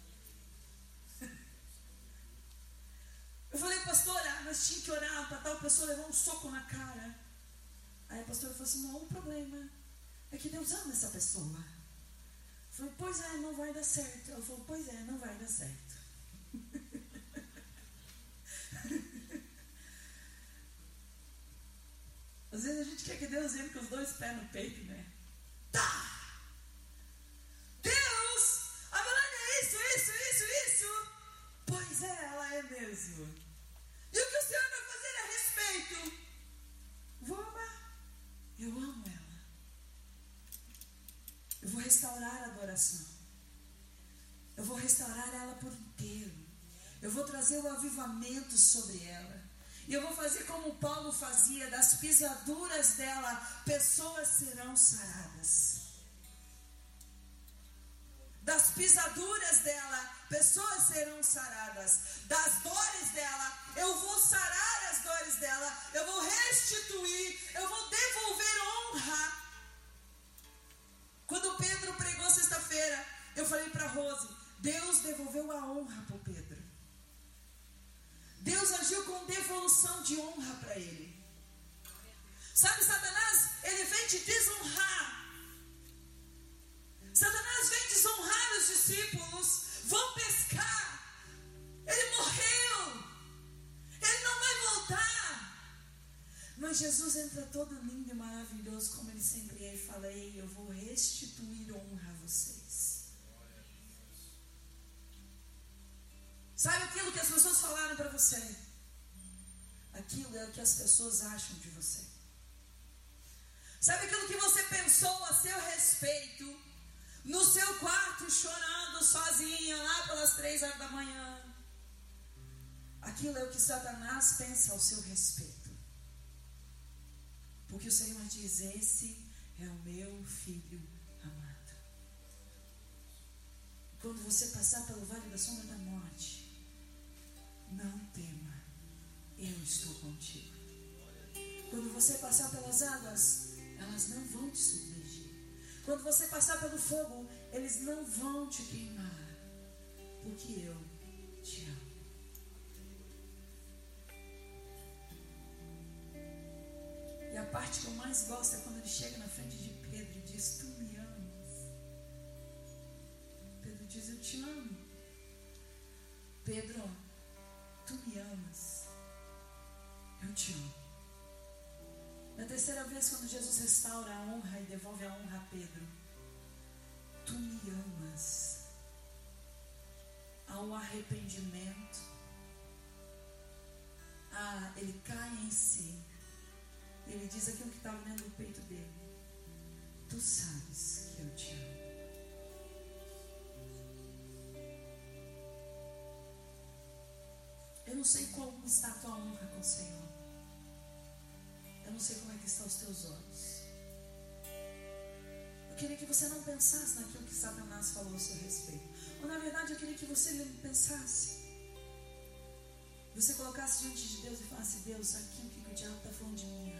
A: Eu falei, pastora, nós tínhamos que orar para tal pessoa levar um soco na cara. Aí a pastora falou assim, não, o problema é que Deus ama essa pessoa. Eu falei, pois é, não vai dar certo. Ela falou, pois é, não vai dar certo. Às vezes a gente quer que Deus entre com os dois pés no peito, né? Tá! Deus! A Melanie é isso. Pois é, ela é mesmo. E o que o Senhor vai fazer a respeito? Vou amar. Eu amo ela. Eu vou restaurar a adoração. Eu vou restaurar ela por inteiro. Eu vou trazer o avivamento sobre ela. E eu vou fazer como Paulo fazia, das pisaduras dela, pessoas serão saradas. Das pisaduras dela, pessoas serão saradas. Das dores dela, eu vou sarar as dores dela. Eu vou restituir, eu vou devolver honra. Quando Pedro pregou sexta-feira, eu falei para Rose, Deus devolveu a honra para o Pedro. Deus agiu com devolução de honra para ele. Sabe, Satanás, ele vem te desonrar. Satanás vem desonrar os discípulos. Vão pescar. Ele morreu. Ele não vai voltar. Mas Jesus entra todo lindo e maravilhoso, como ele sempre é, e fala, ei, eu vou restituir honra a vocês. Sabe aquilo que as pessoas falaram para você? Aquilo é o que as pessoas acham de você. Sabe aquilo que você pensou a seu respeito, no seu quarto, chorando, sozinha, lá pelas 3 horas da manhã? Aquilo é o que Satanás pensa ao seu respeito. Porque o Senhor diz, esse é o meu filho amado. Quando você passar pelo vale da sombra da morte, não tema, eu estou contigo. Quando você passar pelas águas, elas não vão te submergir. Quando você passar pelo fogo, eles não vão te queimar, porque eu te amo. E a parte que eu mais gosto é quando ele chega na frente de Pedro e diz, tu me amas? Pedro diz, eu te amo. Pedro, tu me amas, eu te amo. Na terceira vez, quando Jesus restaura a honra e devolve a honra a Pedro, tu me amas. Há um arrependimento. Ele cai em si. Ele diz aquilo que estava dentro do peito dele. Tu sabes que eu te amo. Eu não sei como está a tua honra com o Senhor. Eu não sei como é que estão os teus olhos. Eu queria que você não pensasse naquilo que Satanás falou a seu respeito. Ou na verdade eu queria que você pensasse. Você colocasse diante de Deus e falasse, Deus, aqui o que o diabo está falando de mim.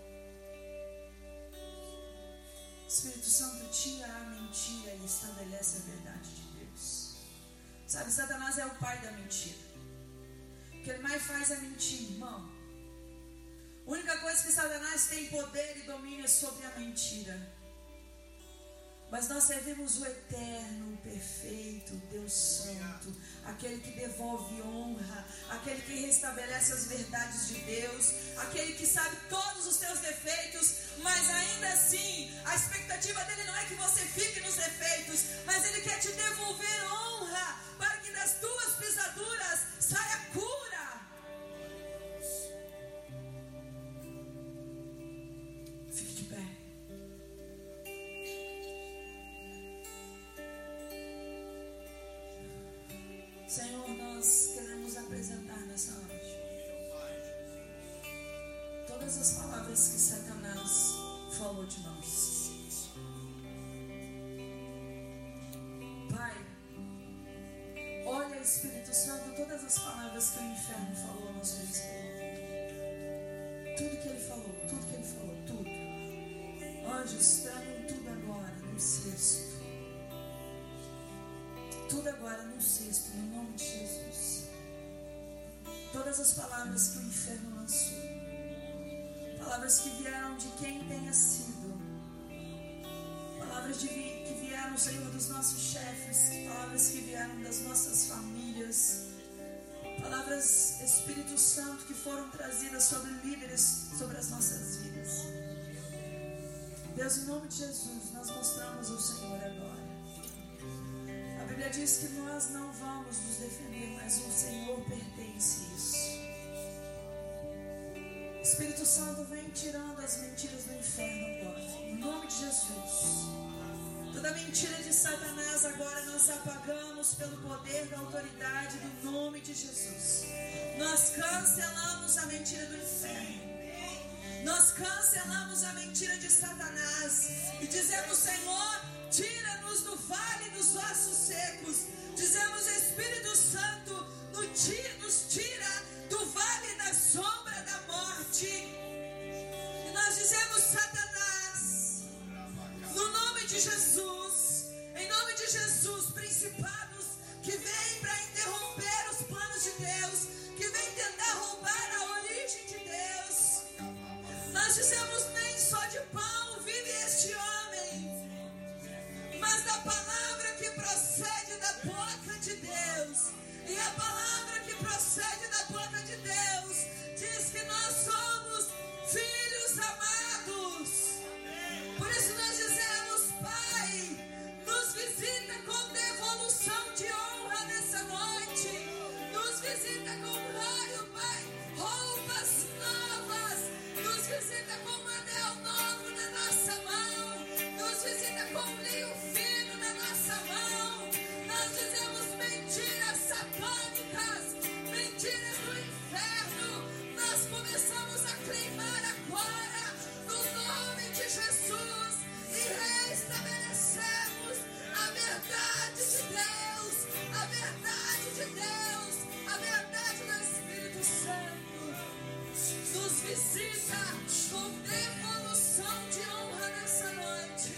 A: Espírito Santo, tira a mentira e estabelece a verdade de Deus. Sabe, Satanás é o pai da mentira. O que ele mais faz é mentir, irmão. A única coisa que Satanás tem poder e domínio é sobre a mentira. Mas nós servimos o eterno, o perfeito, o Deus Santo, aquele que devolve honra, aquele que restabelece as verdades de Deus, aquele que sabe todos os teus defeitos, mas ainda assim, a expectativa dele não é que você fique nos defeitos, mas ele quer te devolver honra, para que das tuas pisaduras saia cura. Fique de pé. Senhor, nós queremos apresentar nessa noite todas as palavras que Satanás falou de nós. Pai, olha, Espírito Santo, todas as palavras que o inferno falou a nosso respeito. Tudo que ele falou, tudo. Anjos, tragam tudo agora no cesto. tudo agora num cesto, no nome de Jesus. Todas as palavras que o inferno lançou, palavras que vieram de quem tenha sido, palavras que vieram, Senhor, dos nossos chefes, palavras que vieram das nossas famílias, palavras, Espírito Santo, que foram trazidas sobre líderes, sobre as nossas vidas. Deus, em nome de Jesus, nós mostramos ao Senhor agora. A Bíblia diz que nós não vamos nos defender, mas o Senhor pertence a isso. Espírito Santo, vem tirando as mentiras do inferno agora, em nome de Jesus. Toda mentira de Satanás agora nós apagamos pelo poder da autoridade do nome de Jesus. Nós cancelamos a mentira do inferno. Nós cancelamos a mentira de Satanás e dizemos: Senhor, tira-nos do vale dos ossos secos. Dizemos: Espírito Santo, nos tira do vale da sombra da morte. E nós dizemos: Satanás, no nome de Jesus, em nome de Jesus, principados que vêm para interromper os planos de Deus, que vêm tentar roubar a origem de Deus, nós dizemos: nem só de pão vive este homem, mas da palavra que procede da boca de Deus. E a palavra que procede da boca de Deus diz que nós somos filhos amados. Por isso nós dizemos: Pai, nos visita com devolução de honra nessa noite. Nos visita com raio, Pai, roupas novas. Nos visita com um anel novo na nossa mão. Nos visita com um linho fino na nossa mão. Nós dizemos: mentiras satânicas, mentiras do inferno, nós começamos a queimar agora no nome de Jesus e restabelecemos a verdade de Deus, a verdade de Deus, a verdade do Espírito Santo. Nos visita com devolução de honra nessa noite.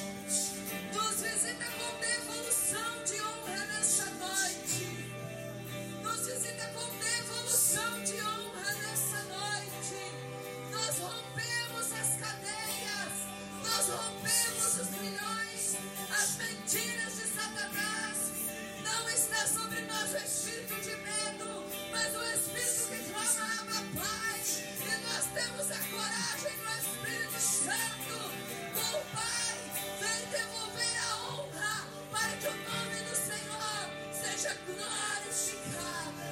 A: Nos visita com devolução de honra nessa noite. Nos visita com devolução de honra nessa noite. Nós rompemos as cadeias. Nós rompemos os milhões. As mentiras de Satanás. Não está sobre nós o espírito de medo, mas o espírito que clama Abba Pai. E nós temos a coragem do Espírito Santo. Com o Pai, vem devolver a honra para que o nome do Senhor seja glorificado.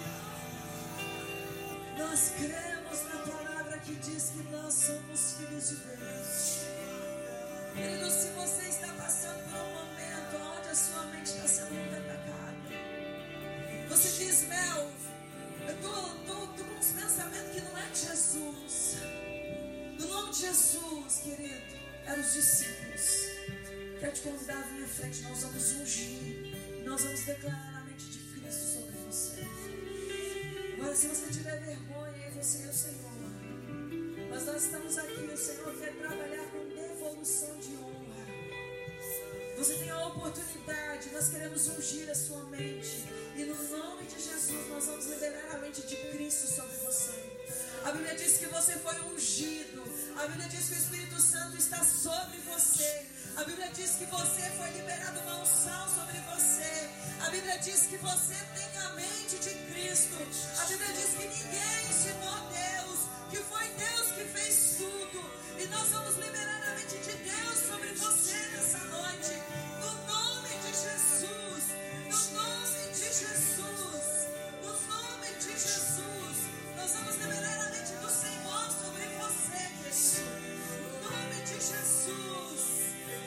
A: Nós cremos na palavra que diz que nós somos filhos de Deus. Querido, se você está passando por um momento onde a sua mente está sendo muito atacada, você diz: Mel, eu tô com uns pensamentos que não é de Jesus. No nome de Jesus, querido, eram os discípulos. Quero te convidar a vir à frente. Nós vamos ungir, nós vamos declarar a mente de Cristo sobre você. Agora, se você tiver vergonha, você é o Senhor. Mas nós estamos aqui, o Senhor quer trabalhar com devolução de honra. Você tem a oportunidade, nós queremos ungir a sua mente. E no nome de Jesus nós vamos liberar a mente de Cristo sobre você. A Bíblia diz que você foi ungido. A Bíblia diz que o Espírito Santo está sobre você. A Bíblia diz que você foi liberado uma unção sobre você. A Bíblia diz que você tem a mente de Cristo. A Bíblia diz que ninguém ensinou Deus, que foi Deus que fez tudo. E nós vamos liberar a mente de Deus sobre você nessa noite. No nome de Jesus. No nome de Jesus. No nome de Jesus. Nós vamos liberar a mente do Senhor sobre você, querido. No nome de Jesus.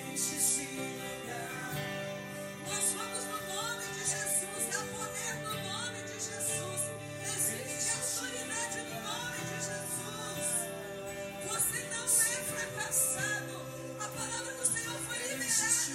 A: Nós vamos no nome de Jesus. É o poder no nome de Jesus. Existe autoridade no nome de Jesus. Você não é fracassado. A palavra do Senhor foi liberada.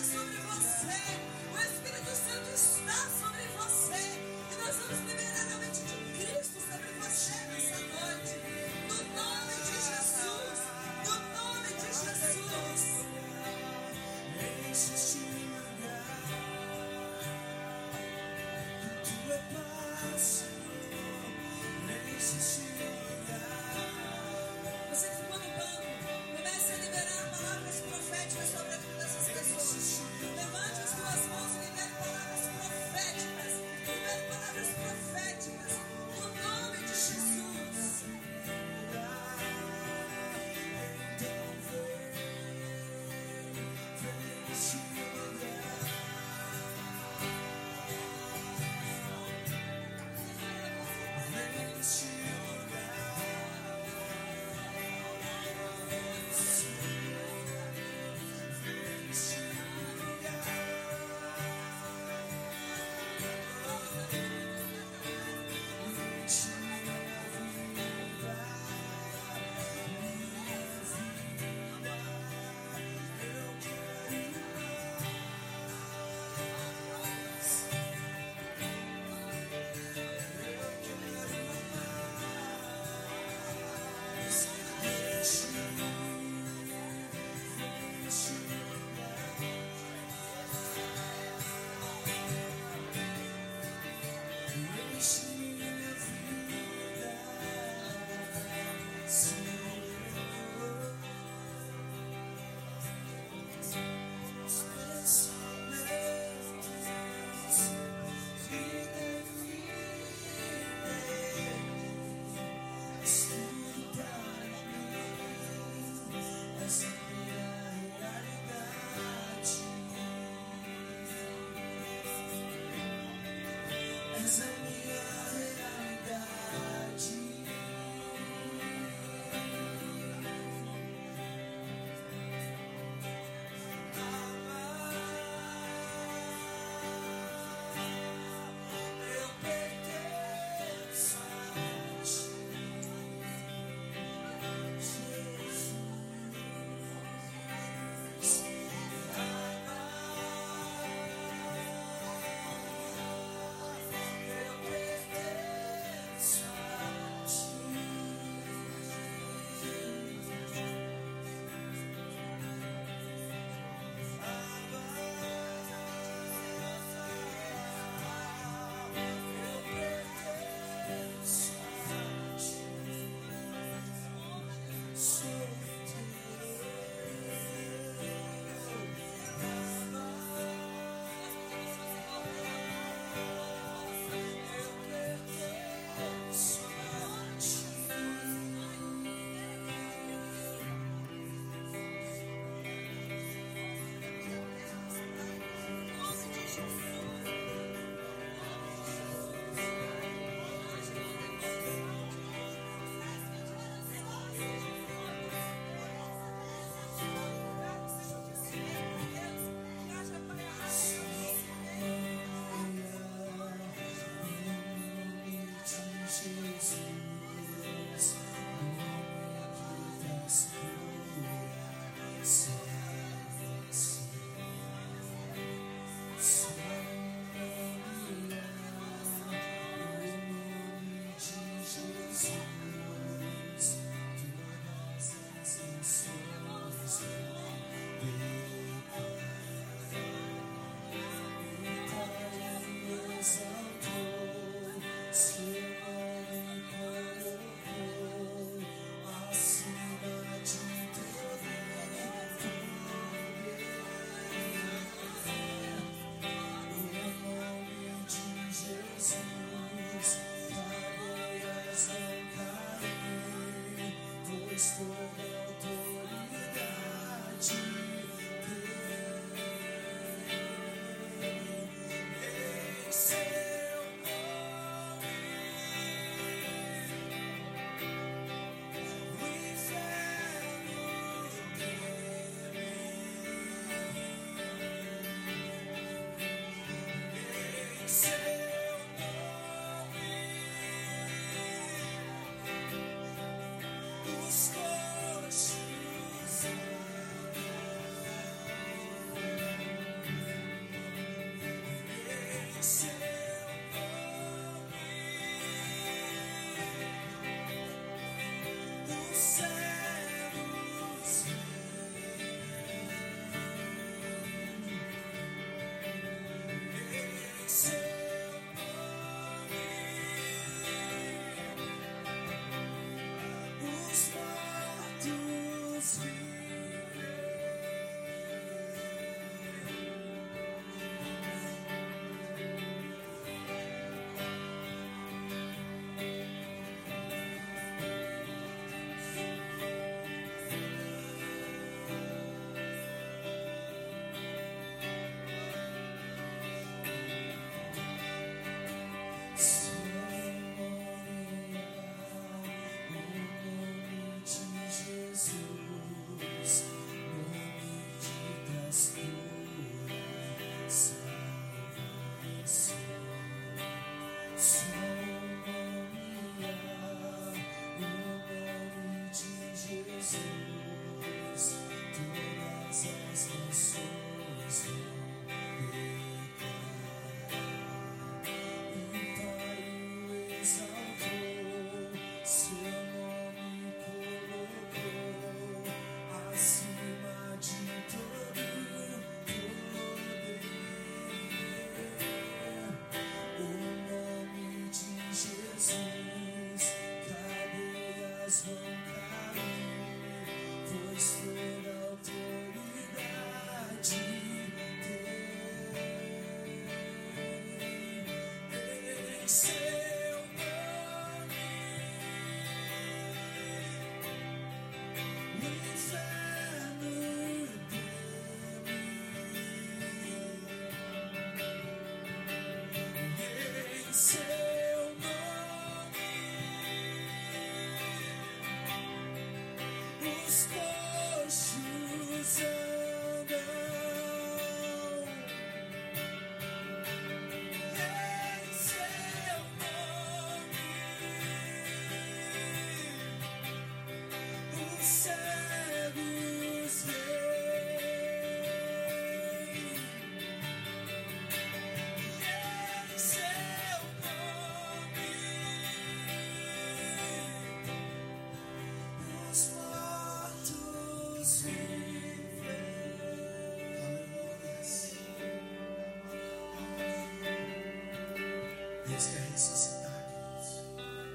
C: Deus quer ressuscitar, queridos.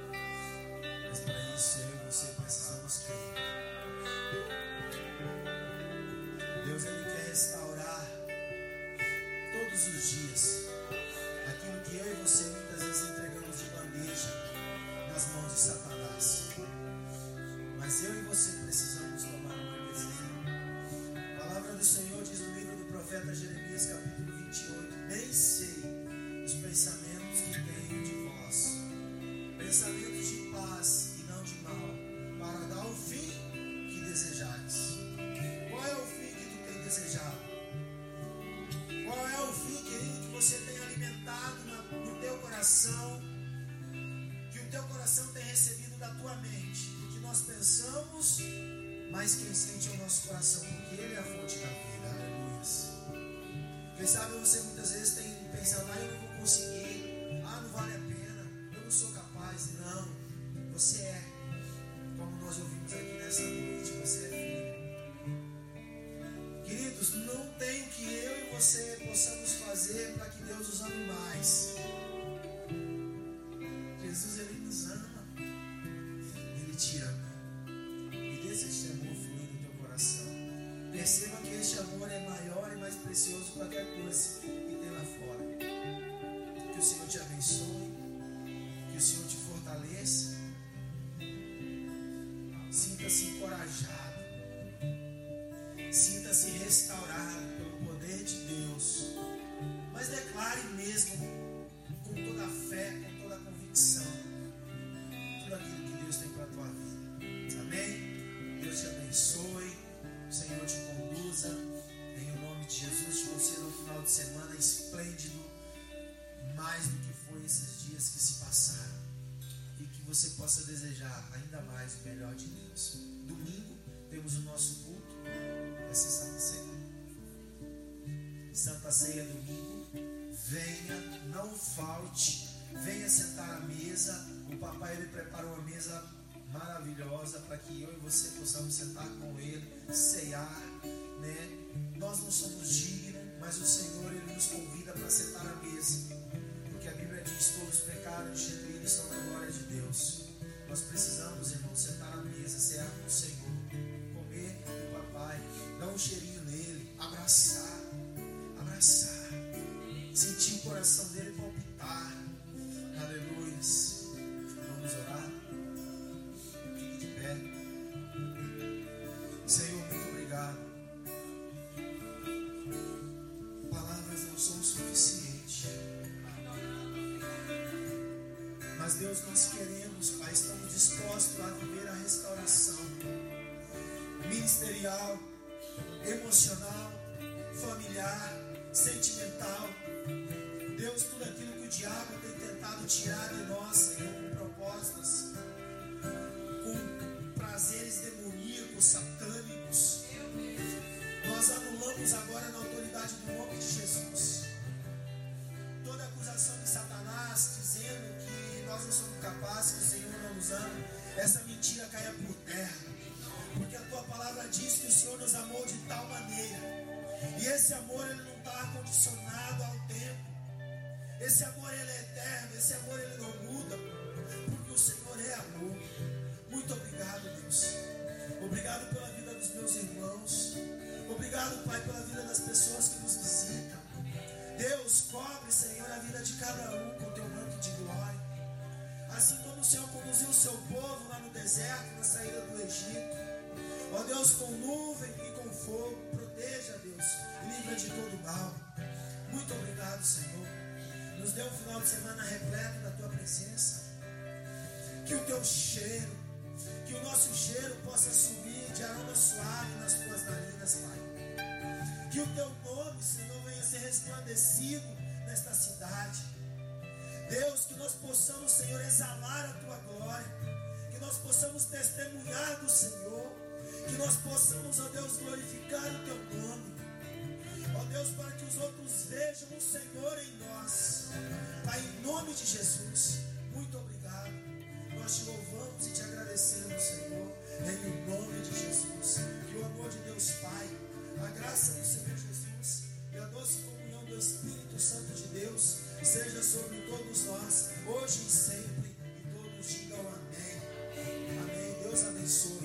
C: Mas para isso eu e você precisamos crer. Deus, Ele quer restaurar todos os dias aquilo que eu e você muitas vezes entregamos de bandeja nas mãos de Satanás. Mas eu e você precisamos tomar uma decisão. A palavra do Senhor diz no livro do profeta Jeremias, capítulo 28: bem sei os pensamentos que tenho de vós, pensamentos de paz e não de mal, para dar o fim que desejares. Qual é o fim que tu tem desejado? Qual é o fim, querido, que você tem alimentado no teu coração, que o teu coração tem recebido da tua mente? Porque nós pensamos, mas quem sente é o nosso coração, porque Ele é a fonte da vida. Aleluia. Quem sabe você muitas vezes tem pensado: eu não vou conseguir, não vale a pena, eu não sou capaz. Não, você é, como nós ouvimos aqui nessa noite, você é filho. Queridos, não tem o que eu e você possamos fazer para que Deus nos ame mais. Jesus, Ele nos ama, Ele te ama, e deixa este amor fluir no teu coração. Perceba que este amor é maior e mais precioso que qualquer coisa que tem lá fora. Que o Senhor te abençoe, que o Senhor te fortaleça. Sinta-se encorajado, sinta-se restaurado pelo poder de Deus. Mas declare mesmo, com toda a fé, com toda a convicção, tudo aquilo que Deus tem para a tua vida. Amém? Deus te abençoe, o Senhor te conduza, em o nome de Jesus. Te conceda um final de semana esplêndido, mais do que foi esses dias que se passaram, e que você possa desejar ainda mais o melhor de Deus. Domingo temos o nosso culto, vai ser Santa Ceia. Santa Ceia domingo, venha, não falte, venha sentar à mesa. O papai, ele preparou uma mesa maravilhosa para que eu e você possamos sentar com ele, ceiar, né? Nós não somos dignos, mas o Senhor, ele nos convida para sentar à mesa, porque a Bíblia diz: todos pecaram e destituídos estão na glória de Deus. Nós precisamos, irmão, sentar à mesa, cear com o Senhor, comer do papai, dar um cheirinho nele, abraçar, sentir o coração dele palpitar. Aleluia. Vamos orar. Fique de pé. Senhor, muito obrigado. Palavras não são suficientes, mas Deus, nós queremos, Pai, estamos dispostos a viver a restauração ministerial, emocional, familiar, sentimental. Deus, tudo aquilo que o diabo tem tentado tirar de nós, Senhor, com propostas, com prazeres demoníacos, satânicos, nós anulamos agora na autoridade do nome de Jesus. Toda acusação de Satanás dizendo que nós não somos capazes, que o Senhor não nos ama, essa mentira caia por terra, porque a tua palavra diz que o Senhor nos amou de tal maneira, e esse amor, ele não está condicionado ao tempo. Esse amor, ele é eterno. Esse amor, ele não muda, porque o Senhor é amor. Muito obrigado, Deus. Obrigado pela vida dos meus irmãos. Obrigado, Pai, pela vida das pessoas que nos visitam. Deus, cobre, Senhor, a vida de cada um com teu manto de glória. Assim como o Senhor conduziu o seu povo lá no deserto, na saída do Egito. Ó Deus, com nuvem e com fogo, proteja, Deus, e livra de todo mal. Muito obrigado, Senhor. Nos dê um final de semana repleto da tua presença. Que o teu cheiro, que o nosso cheiro possa subir de aroma suave nas tuas narinas, Pai. Que o teu nome, Senhor, venha ser resplandecido nesta cidade. Deus, que nós possamos, Senhor, exalar a tua glória. Que nós possamos testemunhar do Senhor. Que nós possamos, ó Deus, glorificar o teu nome. Ó Deus, para que os outros vejam o Senhor em nós. Pai, em nome de Jesus, muito obrigado. Nós te louvamos e te agradecemos, Senhor, em nome de Jesus. Que o amor de Deus Pai, a graça do Senhor Jesus e a doce comunhão do Espírito Santo de Deus seja sobre todos nós, hoje e sempre. E todos digam amém. Amém. Deus abençoe.